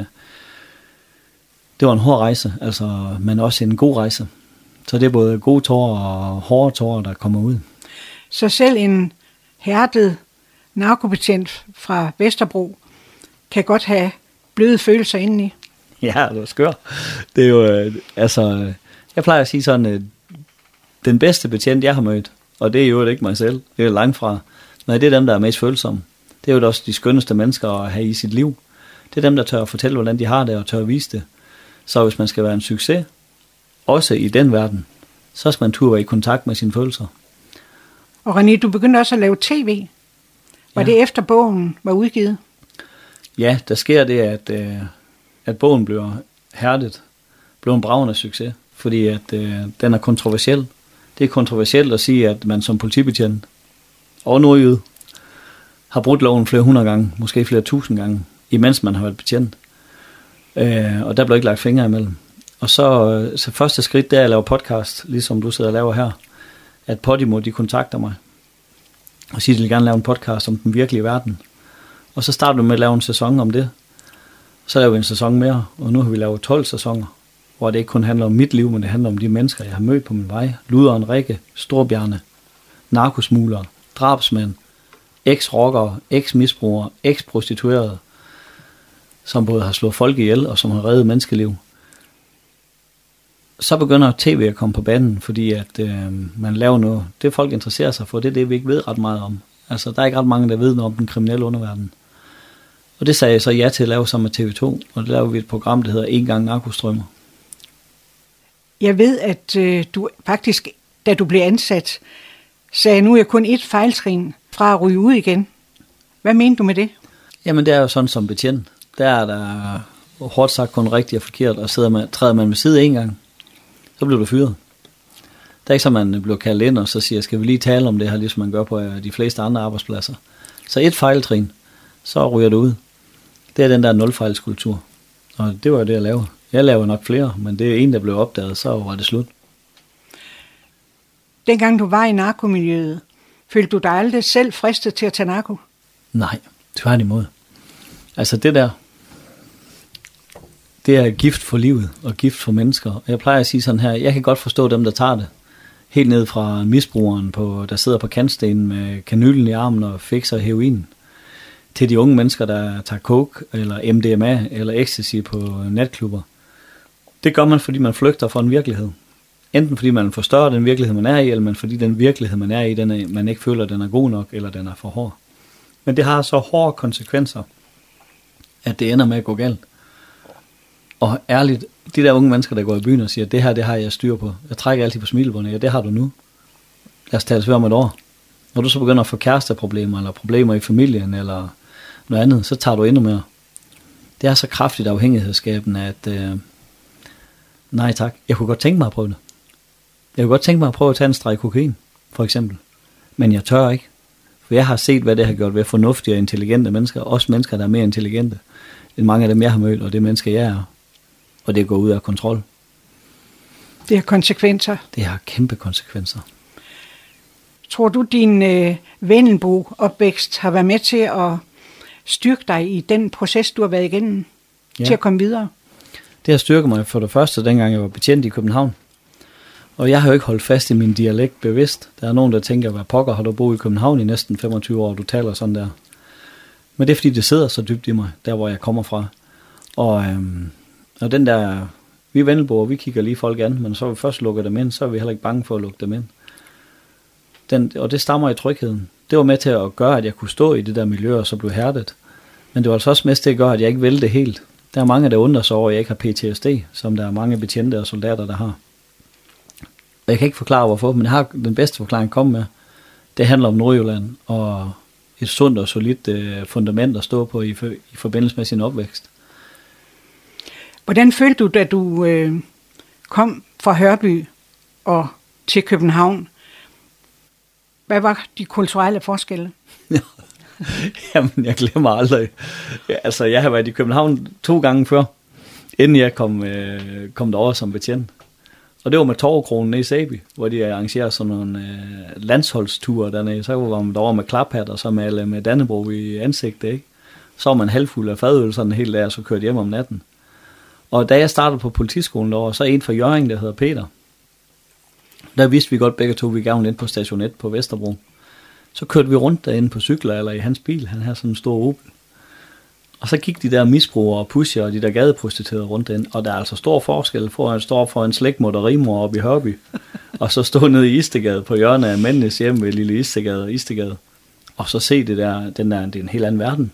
det var en hård rejse, altså, men også en god rejse. Så det er både gode tårer og hårde tårer, der kommer ud. Så selv en hærdet narkobetjent fra Vesterbro kan godt have bløde følelser indeni? Ja, det var skør. Det er jo, øh, altså, jeg plejer at sige sådan, øh, den bedste betjent, jeg har mødt, og det er jo ikke mig selv, det er langt fra, nej, det er dem, der er mest følsomme. Det er jo også de skønneste mennesker at have i sit liv. Det er dem, der tør at fortælle, hvordan de har det, og tør at vise det. Så hvis man skal være en succes, også i den verden, så skal man turde være i kontakt med sine følelser. Og René, du begyndte også at lave tv. Var ja. det efter bogen var udgivet? Ja, der sker det, at, øh, at bogen bliver hærdet, bliver en bragende succes, fordi at, øh, den er kontroversiel. Det er kontroversielt at sige, at man som politibetjent og nordjyde har brudt loven flere hundrede gange, måske flere tusind gange, imens man har været betjent. Øh, og der blev ikke lagt fingre imellem. Og så, så første skridt, det er at lave podcast, ligesom du sidder og laver her, at Podimo, de kontakter mig, og siger, at de vil gerne lave en podcast om den virkelige verden. Og så starter vi med at lave en sæson om det. Så laver vi en sæson mere, og nu har vi lavet tolv sæsoner, hvor det ikke kun handler om mit liv, men det handler om de mennesker, jeg har mødt på min vej. Luderen, Rikke, Storbjarne, narkosmuglere, drabsmænd, eks-rockere, eks-misbrugere, eks-prostituerede, som både har slået folk ihjel, og som har reddet menneskeliv. Så begynder tv at komme på banen, fordi at øh, man laver noget. Det folk interesserer sig for, det er det, vi ikke ved ret meget om. Altså, der er ikke ret mange, der ved noget om den kriminelle underverden. Og det sagde jeg så ja til at lave sammen med T V to, og det lavede vi et program, der hedder En gang narkostrømmer. Jeg ved, at øh, du faktisk, da du blev ansat, sagde, nu er jeg kun et fejltrin fra at ryge ud igen. Hvad mente du med det? Jamen, det er jo sådan som betjent. Der er der hårdt sagt kun rigtigt og forkert, og sidder man, træder man ved side en gang, så bliver du fyret. Det er ikke så, man bliver kaldt ind, og så siger, skal vi lige tale om det her, ligesom man gør på de fleste andre arbejdspladser. Så et fejltrin, så ryger du ud. Det er den der nulfejlskultur. Og det var jo det, jeg lavede. Jeg lavede nok flere, men det er en, der blev opdaget, så var det slut. Dengang du var i narkomiljøet, følte du dig aldrig selv fristet til at tage narko? Nej, tværtimod. Altså det der, det er gift for livet og gift for mennesker. Og jeg plejer at sige sådan her, jeg kan godt forstå dem, der tager det. Helt ned fra misbrugeren, på, der sidder på kantstenen med kanylen i armen og fikser heroin, til de unge mennesker, der tager coke, eller M D M A, eller ecstasy på natklubber. Det gør man, fordi man flygter fra en virkelighed. Enten fordi man forstørrer den virkelighed, man er i, eller man fordi den virkelighed, man er i, den er, man ikke føler, den er god nok, eller den er for hård. Men det har så hårde konsekvenser, at det ender med at gå galt. Og ærligt, de der unge mennesker, der går i byen og siger, det her, det har jeg styr på. Jeg trækker altid på smilebåndet. Ja, det har du nu. Lad os tale om et år. Når du så begynder at få kæresteproblemer, eller problemer i familien, eller noget andet, så tager du endnu mere. Det er så kraftigt afhængighedsskabende, at øh, nej tak, jeg kunne godt tænke mig at prøve det. Jeg kunne godt tænke mig at prøve at tage en streg kokain, for eksempel. Men jeg tør ikke. For jeg har set, hvad det har gjort ved fornuftige og intelligente mennesker. Også mennesker, der er mere intelligente end mange af dem, jeg har mødt, og det mennesker, jeg er. Og det går ud af kontrol. Det har konsekvenser. Det har kæmpe konsekvenser. Tror du, din øh, Vendelbo-opvækst har været med til at styrke dig i den proces, du har været igennem, ja, til at komme videre? Det har styrket mig for det første, dengang jeg var betjent i København. Og jeg har jo ikke holdt fast i min dialekt bevidst. Der er nogen, der tænker, hvad pokker har du boet i København i næsten femogtyve år, og du taler sådan der. Men det er fordi, det sidder så dybt i mig, der hvor jeg kommer fra. Og, øhm, og den der, vi er Vendelboer, vi kigger lige folk an, men så er vi først lukker dem ind, så er vi heller ikke bange for at lukke dem ind. Den, og det stammer i trygheden. Det var med til at gøre, at jeg kunne stå i det der miljø, og så blive hærdet. Men det var altså også med til at gøre, at jeg ikke vælte helt. Der er mange, der undrer sig over, at jeg ikke har P T S D, som der er mange betjente og soldater, der har. Og jeg kan ikke forklare, hvorfor, men jeg har den bedste forklaring komme med. Det handler om Nordjylland, og et sundt og solidt øh, fundament at stå på i, i forbindelse med sin opvækst. Hvordan følte du, da du øh, kom fra Hørby og til København? Hvad var de kulturelle forskelle? Jamen, jeg glemmer aldrig. Altså, jeg har været i København to gange før, inden jeg kom, øh, kom derover som betjent. Og det var med Torvekronen nede i Sæby, hvor de arrangerer sådan nogle øh, landsholdsture dernede. Så var man derovre med klaphat og så med, med Dannebrog i ansigtet, ikke? Så var man halvfuld af fadøl sådan helt der, og så kørte hjem om natten. Og da jeg startede på politiskolen derovre, så en fra Hjørring, der hedder Peter, der vidste vi godt begge to, vi gav ind på station et på Vesterbro. Så kørte vi rundt derinde på cykler, eller i hans bil, han havde sådan en stor Opel. Og så gik de der misbrugere og pusher og de der gadeprostituerede rundt ind, og der er altså stor forskel for at stå for en slægtmor og rimor oppe i Hørby, og så stå nede i Istegade på hjørnet af mændenes hjem ved Lille Istegade og Istegade, og så se det der, den der, det er en helt anden verden.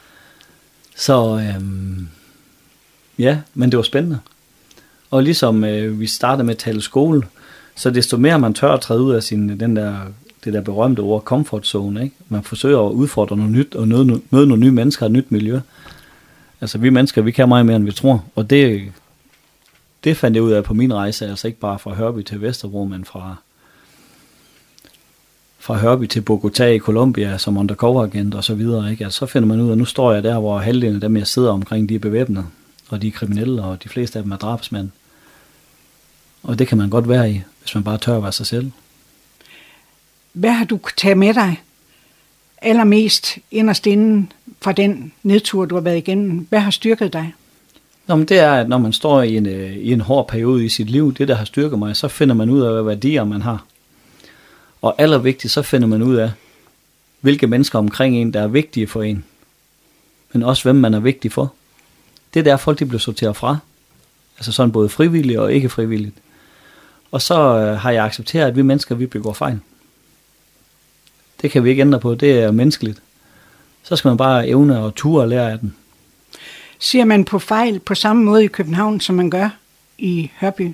Så øhm, ja, men det var spændende. Og ligesom øh, vi startede med at tale skole, så desto mere man tør at træde ud af sin, den der, det der berømte ord comfort zone, ikke? Man forsøger at udfordre noget nyt og møde, møde nogle nye mennesker og et nyt miljø. Altså vi mennesker, vi kan meget mere end vi tror, og det, det fandt jeg ud af på min rejse, altså ikke bare fra Hørby til Vesterbro, men fra, fra Hørby til Bogotá i Colombia som undercover-agent og så videre, ikke? Altså, så finder man ud af, at nu står jeg der, hvor halvdelen af dem, jeg sidder omkring, de er bevæbnet, og de er kriminelle, og de fleste af dem er drabsmænd. Og det kan man godt være i, hvis man bare tør at være sig selv. Hvad har du taget med dig allermest inderst inden fra den nedtur, du har været igennem? Hvad har styrket dig? Nå, men det er, at når man står i en, i en hård periode i sit liv, det der har styrket mig, så finder man ud af, hvad værdier man har. Og allervigtigst, så finder man ud af, hvilke mennesker omkring en, der er vigtige for en. Men også, hvem man er vigtig for. Det er der, folk de bliver sorteret fra. Altså sådan både frivilligt og ikke frivilligt. Og så øh, har jeg accepteret, at vi mennesker, vi begår fejl. Det kan vi ikke ændre på, det er menneskeligt. Så skal man bare evne og ture og lære af den. Ser man på fejl på samme måde i København, som man gør i Hørby?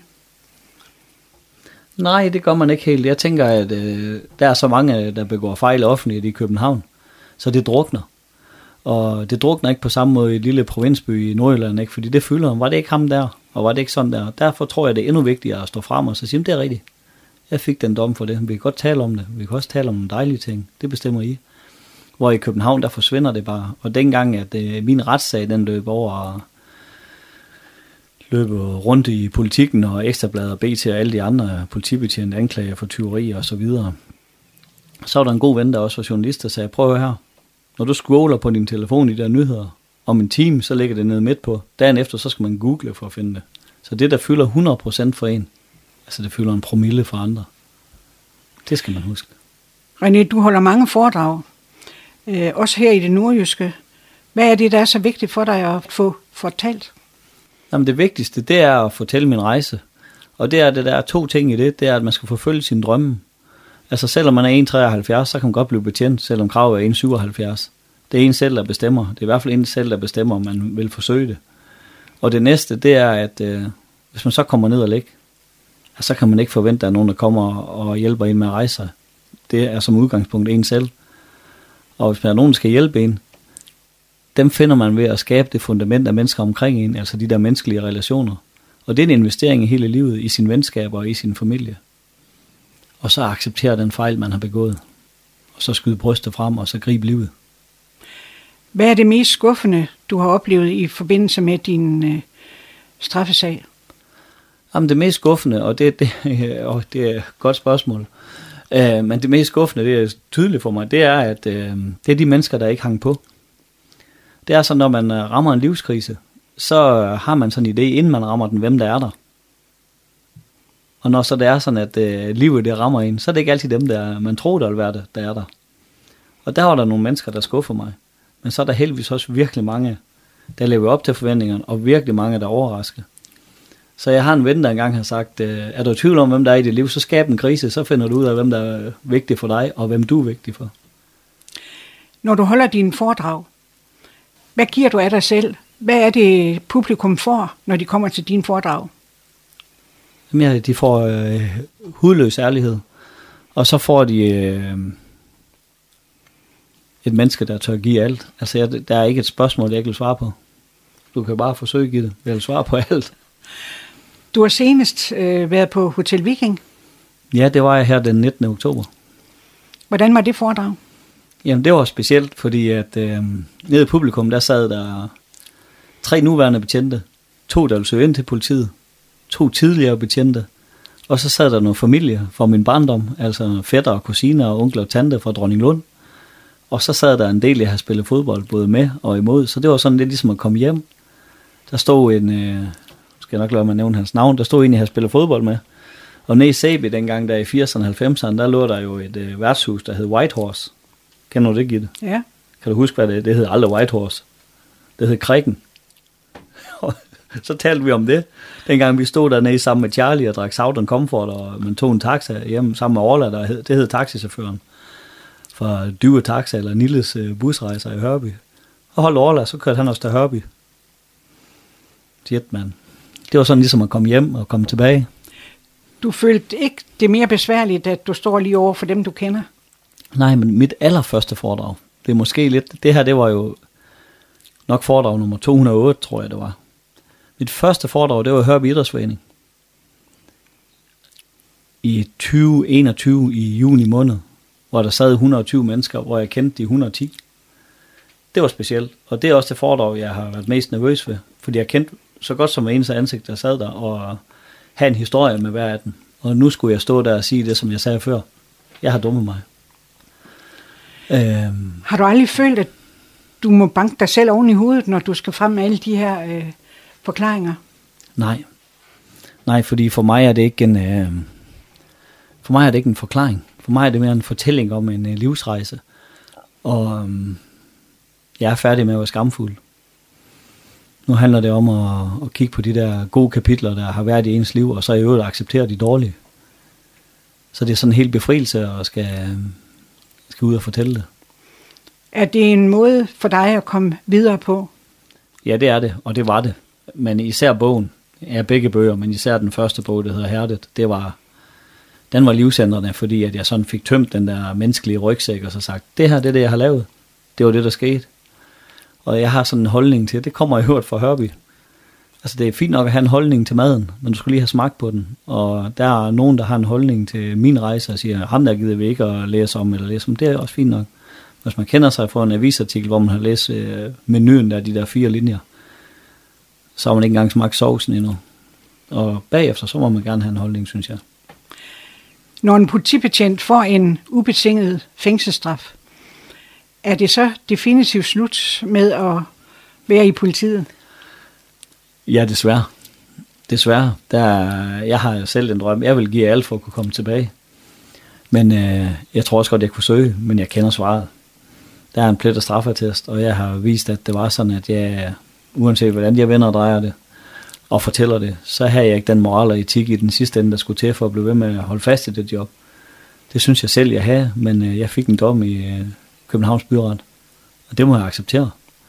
Nej, det gør man ikke helt. Jeg tænker, at øh, der er så mange, der begår fejl offentligt i København, så det drukner. Og det drukner ikke på samme måde i et lille provinsby i Nordjylland, ikke? Fordi det fylder, var det ikke ham der, og var det ikke sådan der. Derfor tror jeg, det er endnu vigtigere at stå frem og så sige, det er rigtigt. Jeg fik den dom for det. Vi kan godt tale om det. Vi kan også tale om nogle dejlige ting. Det bestemmer I. Hvor i København, der forsvinder det bare. Og dengang, at øh, min retssag, den løb over og løb rundt i politikken og Ekstrabladet og B T og alle de andre politibetjente anklager for tyveri og så videre. Så var der en god ven, der også var journalist, der sagde, prøv her. Når du scroller på din telefon i de der nyheder om en time, så ligger det nede midt på. Dagen efter, så skal man google for at finde det. Så det, der fylder hundrede procent for en, altså det fylder en promille for andre. Det skal man huske. René, du holder mange foredrag, øh, også her i det nordjyske. Hvad er det, der er så vigtigt for dig at få fortalt? Jamen det vigtigste, det er at fortælle min rejse. Og det er, det der er to ting i det. Det er, at man skal forfølge sine drømme. Altså selvom man er en komma treoghalvfjerds, så kan man godt blive betjent, selvom kravet er en komma syvoghalvfjerds. Det er en selv, der bestemmer. Det er i hvert fald en selv, der bestemmer, om man vil forsøge det. Og det næste, det er, at øh, hvis man så kommer ned og ligger, så kan man ikke forvente, at der er nogen, der kommer og hjælper en med at rejse sig. Det er som udgangspunkt en selv. Og hvis der er nogen, der skal hjælpe en, dem finder man ved at skabe det fundament af mennesker omkring en, altså de der menneskelige relationer. Og det er en investering i hele livet, i sine venskaber og i sin familie. Og så acceptere den fejl, man har begået. Og så skyde brystet frem, og så gribe livet. Hvad er det mest skuffende, du har oplevet i forbindelse med din øh, straffesag? Jamen det mest skuffende, og det, det, og det er et godt spørgsmål, uh, men det mest skuffende, det er tydeligt for mig, det er, at uh, det er de mennesker, der ikke hang på. Det er så, når man rammer en livskrise, så har man sådan en idé, inden man rammer den, hvem der er der. Og når så det er sådan, at uh, livet det rammer en, så er det ikke altid dem, der man tror, der vil være det, der er der. Og der var der nogle mennesker, der skuffer mig. Men så er der heldigvis også virkelig mange, der lever op til forventningerne, og virkelig mange, der overrasker. Så jeg har en ven, der engang har sagt, er du i tvivl om, hvem der er i dit liv, så skab en krise, så finder du ud af, hvem der er vigtig for dig, og hvem du er vigtig for. Når du holder dine foredrag, hvad giver du af dig selv? Hvad er det, publikum får, når de kommer til dine foredrag? Jamen, ja, de får øh, hudløs ærlighed, og så får de øh, et menneske, der tør give alt. Altså, jeg, der er ikke et spørgsmål, jeg ikke vil svare på. Du kan bare forsøge at give det. Jeg vil svare på alt. Du har senest øh, været på Hotel Viking. Ja, det var jeg her den nittende oktober. Hvordan var det foredrag? Jamen, det var specielt, fordi at øh, nede i publikum, der sad der tre nuværende betjente, to, der ville søge ind til politiet, to tidligere betjente, og så sad der nogle familier fra min barndom, altså fætter og kusiner og onkler og tante fra Dronninglund, og så sad der en del, jeg havde spillet fodbold, både med og imod, så det var sådan lidt ligesom at komme hjem. Der stod en, øh, skal jeg nok lade mig nævne hans navn, der stod en, jeg havde spillet fodbold med, og nede i Sæby dengang, der i firserne og halvfemserne, der lå der jo et øh, værtshus, der hed White Horse. Kender du det, Gitte? Ja. Kan du huske, hvad det Det hed aldrig White Horse. Det hed Krikken. Så talte vi om det. Dengang vi stod dernede sammen med Charlie og drak Southern Comfort, og man tog en taxa hjem sammen med Orla, der hed, det hed taxichaufføren fra Dyve Taxa eller Nilles øh, busrejser i Hørby. Og holdt Orla, så kørte han også til Hørby. Jetman. Det var sådan ligesom at komme hjem og komme tilbage. Du følte ikke det mere besværligt, at du står lige over for dem, du kender? Nej, men mit allerførste foredrag, det er måske lidt, det her, det var jo nok foredrag nummer to hundrede og otte, tror jeg det var. Mit første foredrag, det var Hørby Idrætsforening. I tyve enogtyve i juni måned. hvor der sad et hundrede og tyve mennesker, hvor jeg kendte de et hundrede og ti. Det var specielt, og det er også det foredrag, jeg har været mest nervøs ved, fordi jeg kendte så godt som eneste ansigt, der sad der, og have en historie med hver af dem. Og nu skulle jeg stå der og sige det, som jeg sagde før. Jeg har dummet mig. Øhm. Har du aldrig følt, at du må banke dig selv oven i hovedet, når du skal frem med alle de her øh, forklaringer? Nej. Nej, fordi for mig er det ikke en, øh, for mig er det ikke en forklaring. For mig er det mere en fortælling om en øh, livsrejse. Og øh, jeg er færdig med at være skamfuld. Nu handler det om at, at kigge på de der gode kapitler, der har været i ens liv, og så i øvrigt acceptere de dårlige. Så det er sådan en helt befrielse, og skal, skal ud og fortælle det. Er det en måde for dig at komme videre på? Ja, det er det, og det var det. Men især bogen, ja, begge bøger, men især den første bog, der hedder Hærdet, det var, den var livsændrende, fordi at jeg sådan fik tømt den der menneskelige rygsæk, og så sagt, det her, det er det, jeg har lavet. Det var det, der skete. Og jeg har sådan en holdning til, det kommer i hørt fra Hørby. Altså det er fint nok at have en holdning til maden, men du skal lige have smagt på den. Og der er nogen, der har en holdning til min rejse, og siger, ham der gider vi ikke at læse om, eller læse om, det er også fint nok. Hvis man kender sig fra en avisartikel, hvor man har læst øh, menuen, der de der fire linjer, så har man ikke engang smagt sovsen endnu. Og bagefter, så må man gerne have en holdning, synes jeg. Når en politibetjent får en ubetinget fængselsstraf, er det så definitivt slut med at være i politiet? Ja, desværre. Desværre. Der, jeg har selv en drøm. Jeg vil give alt for at kunne komme tilbage. Men øh, jeg tror også godt, jeg kunne søge, men jeg kender svaret. Der er en plet af straffetest, og jeg har vist, at det var sådan, at jeg, uanset hvordan jeg vender og drejer det, og fortæller det, så har jeg ikke den moral og etik i den sidste ende, der skulle til for at blive ved med at holde fast i det job. Det synes jeg selv, jeg havde, men øh, jeg fik en dom i øh, Københavns Byret, og det må jeg acceptere.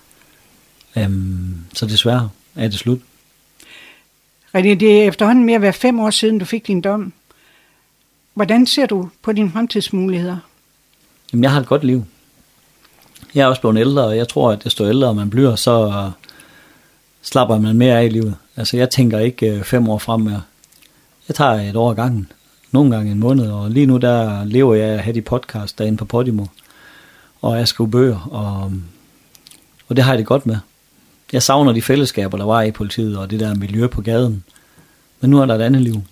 Øhm, så desværre er det slut. René, det er efterhånden mere at være fem år siden, du fik din dom. Hvordan ser du på dine fremtidsmuligheder? Jamen, jeg har et godt liv. Jeg er også blevet ældre, og jeg tror, at desto ældre man bliver, så slapper man mere af i livet. Altså, jeg tænker ikke fem år frem mere. Jeg tager et år ad gangen, nogle gange en måned, og lige nu der lever jeg af de podcast derinde på Podimo, og jeg skriver bøger, og, og det har jeg det godt med. Jeg savner de fællesskaber, der var i politiet, og det der miljø på gaden. Men nu er der et andet liv.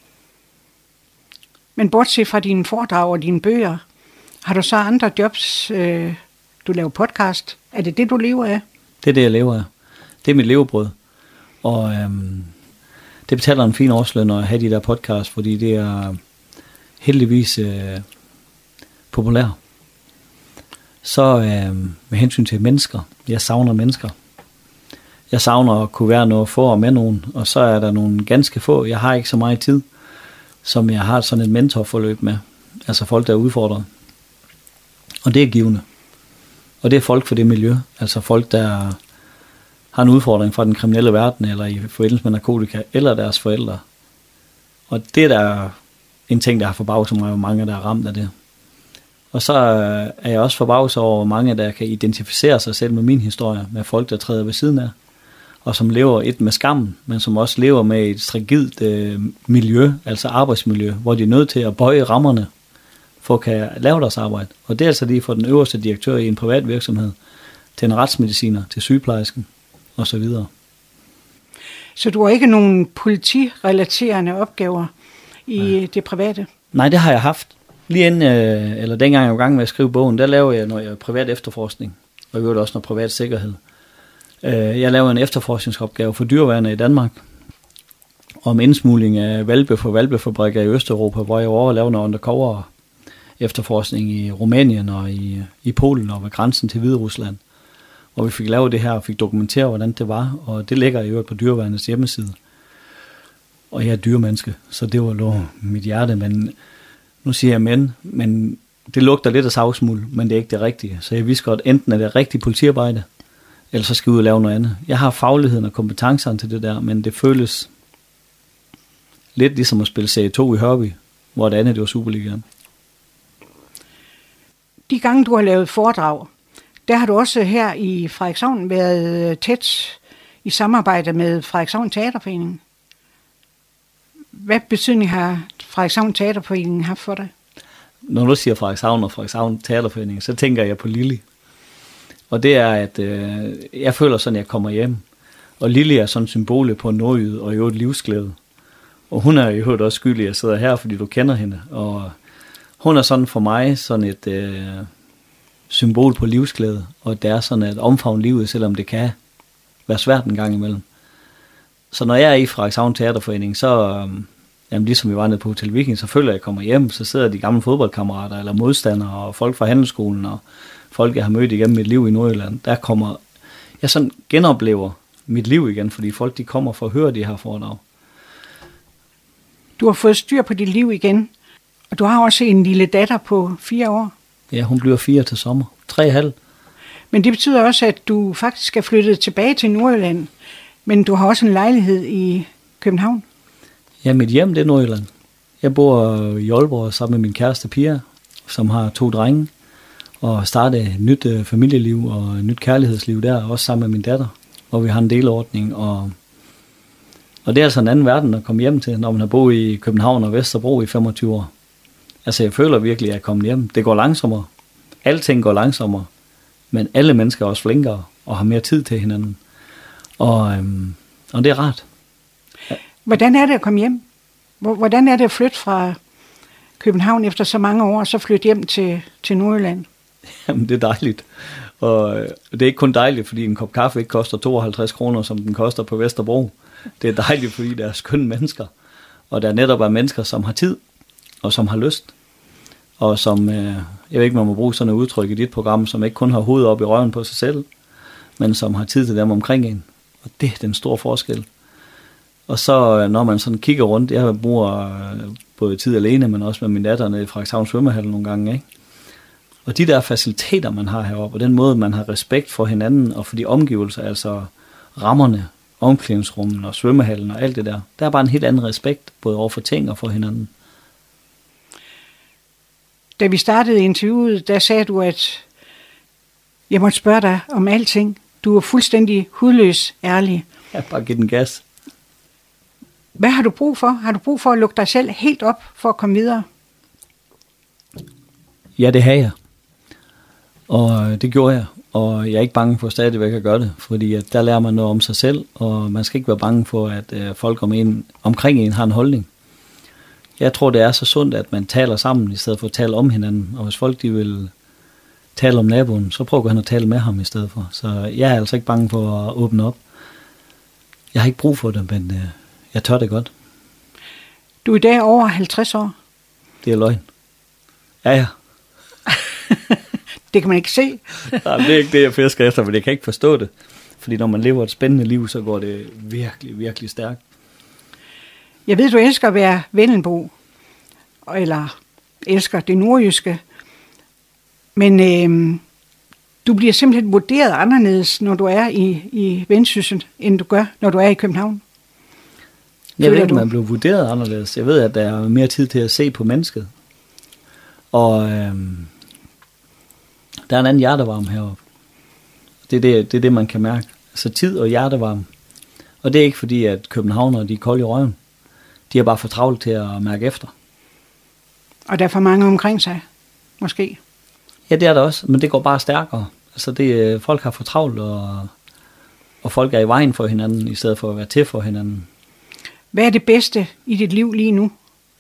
Men bortset fra dine foredrag og dine bøger, har du så andre jobs? Øh, du laver podcast. Er det det, du lever af? Det er det, jeg lever af. Det er mit levebrød. Og øhm, det betaler en fin årsløn at have de der podcast, fordi det er heldigvis øh, populært. Så øh, med hensyn til mennesker. Jeg savner mennesker. Jeg savner at kunne være noget for og med nogen. Og så er der nogle ganske få. Jeg har ikke så meget tid, som jeg har sådan et mentorforløb med. Altså folk, der er udfordret. Og det er givende. Og det er folk for det miljø. Altså folk, der har en udfordring fra den kriminelle verden, eller i forbindelse med narkotika, eller deres forældre. Og det er der en ting, der har forbavset mig, hvor mange der er ramt af det. Og så er jeg også forbavset over, hvor mange der kan identificere sig selv med min historie, med folk, der træder ved siden af, og som lever et med skammen, men som også lever med et rigidt øh, miljø, altså arbejdsmiljø, hvor de er nødt til at bøje rammerne, for at kan lave deres arbejde. Og det er altså lige fra den øverste direktør i en privat virksomhed, til en retsmediciner, til sygeplejersken, og så videre. Så du har ikke nogen politirelaterende opgaver i Nej. det private? Nej, det har jeg haft. Lige inden, øh, eller dengang jeg var i gang med at skrive bogen, der laver jeg noget privat efterforskning, og jeg gør også noget privat sikkerhed. Øh, jeg laver en efterforskningsopgave for dyreværnet i Danmark, om indsmugling af valpe for valpefabrikker i Østeuropa, hvor jeg over laver noget undercover efterforskning i Rumænien og i, i Polen og ved grænsen til Hviderusland, hvor vi fik lavet det her og fik dokumenteret, hvordan det var, og det ligger i øvrigt på dyreværnets hjemmeside. Og jeg er dyremenneske, så det var lå mit hjerte, men nu siger jeg men, men det lugter lidt af savsmuld, men det er ikke det rigtige. Så jeg vidste godt, enten er det rigtigt politiarbejde, eller så skal jeg ud og lave noget andet. Jeg har fagligheden og kompetencerne til det der, men det føles lidt ligesom at spille serie to i Hørby, hvor det andet det var Superligaen. De gange, du har lavet foredrag, der har du også her i Frederikshavn været tæt i samarbejde med Frederikshavn Teaterforening. Hvad betydning har Frederikshavn Teaterforening haft for dig? når du siger Frederikshavn og Frederikshavn Teaterforening, så tænker jeg på Lili. Og det er, at øh, jeg føler sådan, at jeg kommer hjem. Og Lili er sådan symbolet på nordjyd og jo et livsglæde. Og hun er jo også skyldig, at jeg sidder her, fordi du kender hende. Og hun er sådan for mig sådan et øh, symbol på livsglæde. Og det er sådan at omfavne livet, selvom det kan være svært en gang imellem. Så når jeg er i Frederikshavn Teaterforening, så, øh, jamen ligesom vi var nede på Hotel Viking, så føler jeg, at jeg kommer hjem, så sidder de gamle fodboldkammerater eller modstandere og folk fra handelsskolen og folk, jeg har mødt igennem mit liv i Nordjylland. Der kommer, jeg sådan genoplever mit liv igen, fordi folk de kommer for at høre de her foredrag. Du har fået styr på dit liv igen, og du har også en lille datter på fire år. Ja, hun bliver fire til sommer. Tre og halv. Men det betyder også, at du faktisk er flyttet tilbage til Nordjylland, men du har også en lejlighed i København. Ja, mit hjem det er Nordjylland. Jeg bor i Aalborg sammen med min kæreste Pia, som har to drenge, og startet et nyt øh, familieliv og et nyt kærlighedsliv der, også sammen med min datter, hvor vi har en delordning. Og, og det er altså en anden verden at komme hjem til, når man har boet i København og Vesterbro i femogtyve år. Altså jeg føler virkelig, at jeg er kommet hjem. Det går langsommere. Alting går langsommere. Men alle mennesker er også flinkere og har mere tid til hinanden. Og, øhm, og det er rart. Hvordan er det at komme hjem? Hvordan er det at flytte fra København efter så mange år, og så flytte hjem til, til Nordjylland? Jamen, det er dejligt. Og det er ikke kun dejligt, fordi en kop kaffe ikke koster tooghalvtreds kroner, som den koster på Vesterbro. Det er dejligt, fordi der er skønne mennesker. Og der netop er mennesker, som har tid, og som har lyst. Og som, jeg ved ikke, man må bruge sådan et udtryk i dit program, som ikke kun har hovedet op i røven på sig selv, men som har tid til dem omkring en. Og det er den store forskel. Og så når man sådan kigger rundt, jeg bruger både tid alene, men også med min datter nede i Frederikshavn svømmehal nogle gange, ikke? Og de der faciliteter, man har heroppe, og den måde, man har respekt for hinanden og for de omgivelser, altså rammerne, omklædningsrummet og svømmehallen og alt det der, der er bare en helt anden respekt, både over for ting og for hinanden. Da vi startede interviewet, der sagde du, at jeg måtte spørge dig om alting. Du er fuldstændig hudløs ærlig. Ja, bare giv den gas. Hvad har du brug for? Har du brug for at lukke dig selv helt op for at komme videre? Ja, det har jeg. Og det gjorde jeg. Og jeg er ikke bange for stadigvæk at gøre det, fordi at der lærer man noget om sig selv, og man skal ikke være bange for, at øh, folk om en, omkring en har en holdning. Jeg tror, det er så sundt, at man taler sammen, i stedet for at tale om hinanden. Og hvis folk de vil tale om naboen, så prøv at tale med ham i stedet for. Så jeg er altså ikke bange for at åbne op. Jeg har ikke brug for det, men øh, jeg tør det godt. Du er i dag over halvtreds år. Det er løgn. Ja, ja. Det kan man ikke se. Nej, det er ikke det, jeg fisker efter, men jeg kan ikke forstå det. Fordi når man lever et spændende liv, så går det virkelig, virkelig stærkt. Jeg ved, du elsker at være Vendelbo, eller elsker det nordjyske. Men øh, du bliver simpelthen vurderet anderledes, når du er i, i Vendsyssel, end du gør, når du er i København. Jeg ved, at man bliver vurderet anderledes. Jeg ved, at der er mere tid til at se på mennesket. Og øh, der er en anden hjertevarme heroppe. Det er det, det er det, man kan mærke. Altså tid og hjertevarme. Og det er ikke fordi, at københavnere de er kolde i røven. De er bare for travlt til at mærke efter. Og der er for mange omkring sig, måske. Ja, det er der også, men det går bare stærkere. Altså det, folk har for travlt, og, og folk er i vejen for hinanden, i stedet for at være til for hinanden. Hvad er det bedste i dit liv lige nu?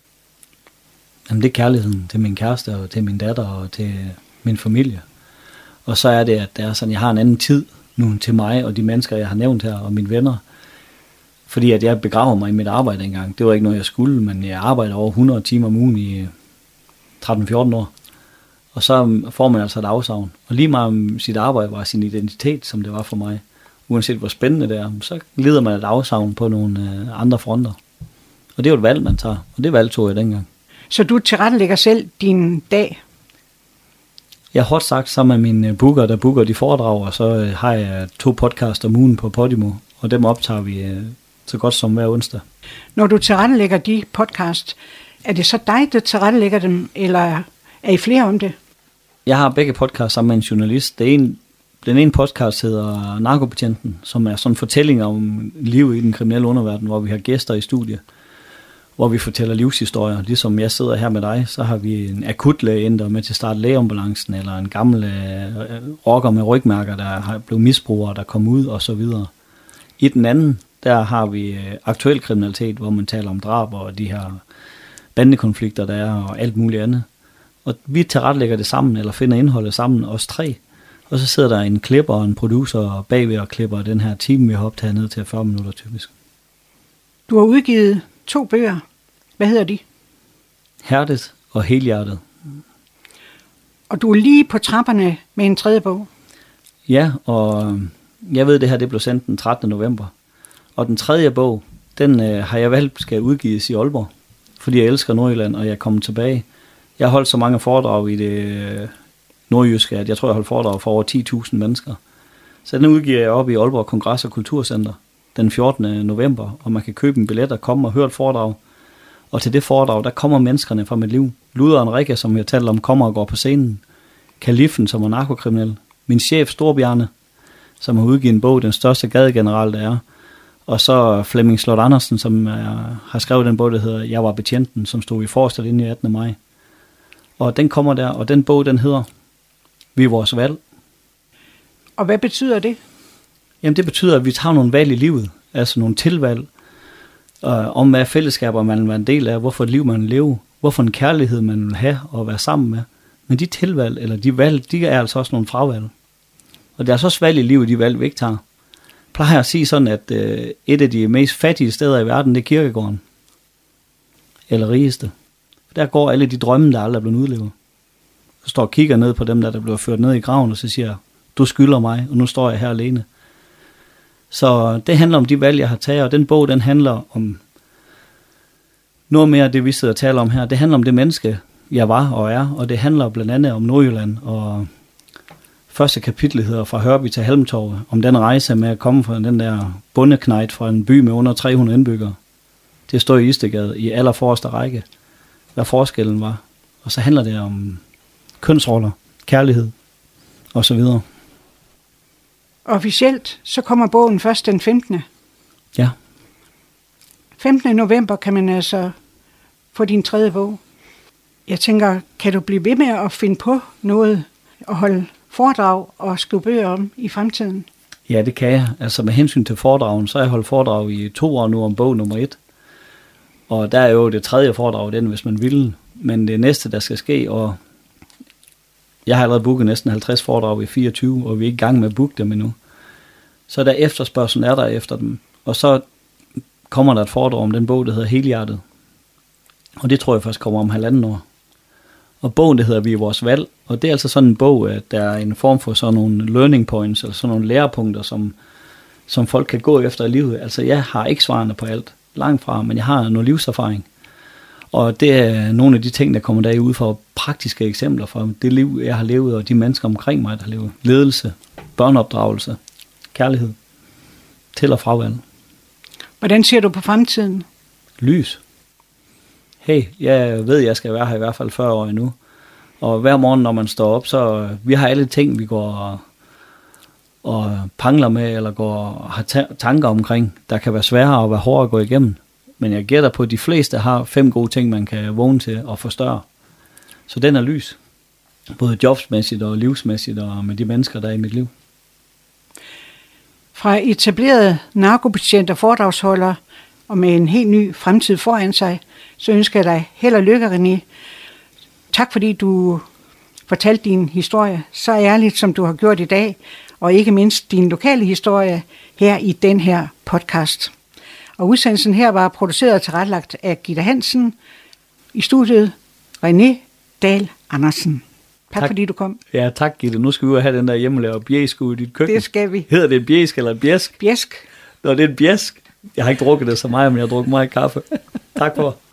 Jamen det er kærligheden til min kæreste, og til min datter, og til min familie. Og så er det, at det er sådan, jeg har en anden tid nu til mig, og de mennesker, jeg har nævnt her, og mine venner. Fordi at jeg begraver mig i mit arbejde engang. Det var ikke noget, jeg skulle, men jeg arbejder over hundrede timer om ugen i tretten fjorten år. Og så får man altså et afsavn. Og lige meget om sit arbejde var sin identitet, som det var for mig. Uanset hvor spændende det er, så lider man et afsavn på nogle andre fronter. Og det er jo et valg, man tager. Og det valg tog jeg dengang. Så du tilrettelægger selv din dag? Jeg har hårdt sagt sammen med min booker, der booker de foredrag, og så har jeg to podcasts om ugen på Podimo. Og dem optager vi så godt som hver onsdag. Når du tilrettelægger de podcast, er det så dig, der tilrettelægger dem, eller er I flere om det? Jeg har begge podcasts sammen med en journalist. Det er en, den ene podcast hedder Narkobetjenten, som er sådan en fortælling om livet i den kriminelle underverden, hvor vi har gæster i studiet. hvor vi fortæller livshistorier. Ligesom jeg sidder her med dig, så har vi en akutlæge ind, der er med til at starte lægeambulancen, eller en gammel øh, rocker med rygmærker, der har blevet misbrugere, der kom ud, og så videre. I den anden, der har vi øh, aktuel kriminalitet, hvor man taler om drab og de her bandekonflikter, der er, og alt muligt andet. Og vi tilrettelægger det sammen, eller finder indholdet sammen, os tre. Og så sidder der en klipper og en producer bagved og klipper den her time, vi har optaget ned til fyrre minutter typisk. Du har udgivet to bøger. Hvad hedder de? Hærdet og Helhjertet. Og du er lige på trapperne med en tredje bog. Ja, og jeg ved, det her det blev sendt den trettende november. Og den tredje bog, den øh, har jeg valgt skal udgives i Aalborg. Fordi jeg elsker Nordjylland, og jeg kommer tilbage. Jeg har holdt så mange foredrag i det øh, nordjyske, at jeg tror, jeg har holdt foredrag for over ti tusind mennesker. Så den udgiver jeg op i Aalborg Kongress- og Kulturcenter den fjortende november, og man kan købe en billet og komme og høre et foredrag. Og til det foredrag, der kommer menneskerne fra mit liv. Luderen Rikke, som jeg talte om, kommer og går på scenen. Kaliffen, som er narkokriminel. Min chef Storbjarne, som har udgivet en bog, den største gadegeneral, der er. Og så Flemming Slot Andersen, som er, har skrevet den bog, der hedder Jeg var betjenten, som stod i Forstal inde i attende maj. Og den kommer der, og den bog, den hedder Vi er vores valg. Og hvad betyder det? Jamen det betyder, at vi tager nogle valg i livet, altså nogle tilvalg, øh, om hvad fællesskaber man vil være en del af, hvorfor et liv man vil leve, hvorfor en kærlighed man vil have og være sammen med. Men de tilvalg, eller de valg, de er altså også nogle fravalg. Og det er altså også valg i livet, de valg vi ikke tager. Jeg plejer at sige sådan, at øh, et af de mest fattige steder i verden, det er kirkegården. Eller rigeste. For der går alle de drømme, der aldrig er blevet udlevet. Så står og kigger ned på dem, der, der bliver ført ned i graven, og så siger, du skylder mig, og nu står jeg her alene. Så det handler om de valg, jeg har taget, og den bog, den handler om noget mere af det, vi sidder og taler om her. Det handler om det menneske, jeg var og er, og det handler blandt andet om Nordjylland, og første kapitel hedder Fra Hørby til Halmtorv, om den rejse med at komme fra den der bondeknejt fra en by med under tre hundrede indbyggere. Det står i Istegade i allerforreste række, hvad forskellen var. Og så handler det om kønsroller, kærlighed og så videre. Officielt så kommer bogen først den femtende Ja. femtende november kan man altså få din tredje bog. Jeg tænker, kan du blive ved med at finde på noget og holde foredrag og skrive bøger om i fremtiden? Ja, det kan jeg. Altså med hensyn til foredragen, så har jeg holdt foredrag i to år nu om bog nummer et. Og der er jo det tredje foredrag, den hvis man vil. Men det næste, der skal ske, og jeg har allerede booket næsten halvtreds foredrag i fireogtyve, og vi er ikke i gang med at booke dem endnu. Så der efterspørgsel er der efter dem. Og så kommer der et foredrag om den bog, der hedder Helhjertet. Og det tror jeg først kommer om halvanden år. Og bogen, det hedder Vi er vores valg. Og det er altså sådan en bog, at der er en form for sådan nogle learning points, eller sådan nogle lærepunkter, som, som folk kan gå efter i livet. Altså jeg har ikke svarene på alt, langt fra, men jeg har noget livserfaring. Og det er nogle af de ting, der kommer derud fra praktiske eksempler fra det liv, jeg har levet, og de mennesker omkring mig, der har levet. Ledelse, børneopdragelse, kærlighed, til- og fravalg. Hvordan ser du på fremtiden? Lys. Hey, jeg ved, jeg skal være her i hvert fald fyrre år endnu. Og hver morgen, når man står op, så vi har alle ting, vi går og, og pangler med, eller går og har ta- tanker omkring, der kan være sværere og være hårdere at gå igennem. Men jeg gætter på, at de fleste har fem gode ting, man kan vågne til og forstørre. Så den er lys. Både jobsmæssigt og livsmæssigt og med de mennesker, der er i mit liv. Fra etablerede narkopatient og foredragsholder og med en helt ny fremtid foran sig, så ønsker jeg dig held og lykke, René. Tak fordi du fortalte din historie så ærligt, som du har gjort i dag, og ikke mindst din lokale historie her i den her podcast. Og udsendelsen her var produceret og tilrettelagt af Gitte Hansen. I studiet René Dahl Andersen. Tak, tak fordi du kom. Ja, tak Gitte. Nu skal vi jo have den der hjemmelaver bjæsk ud i dit køkken. Det skal vi. Hedder det en bjæsk eller en bjæsk? Bjæsk. Nå, det er en bjæsk. Jeg har ikke drukket det så meget, men jeg har drukket meget kaffe. Tak for.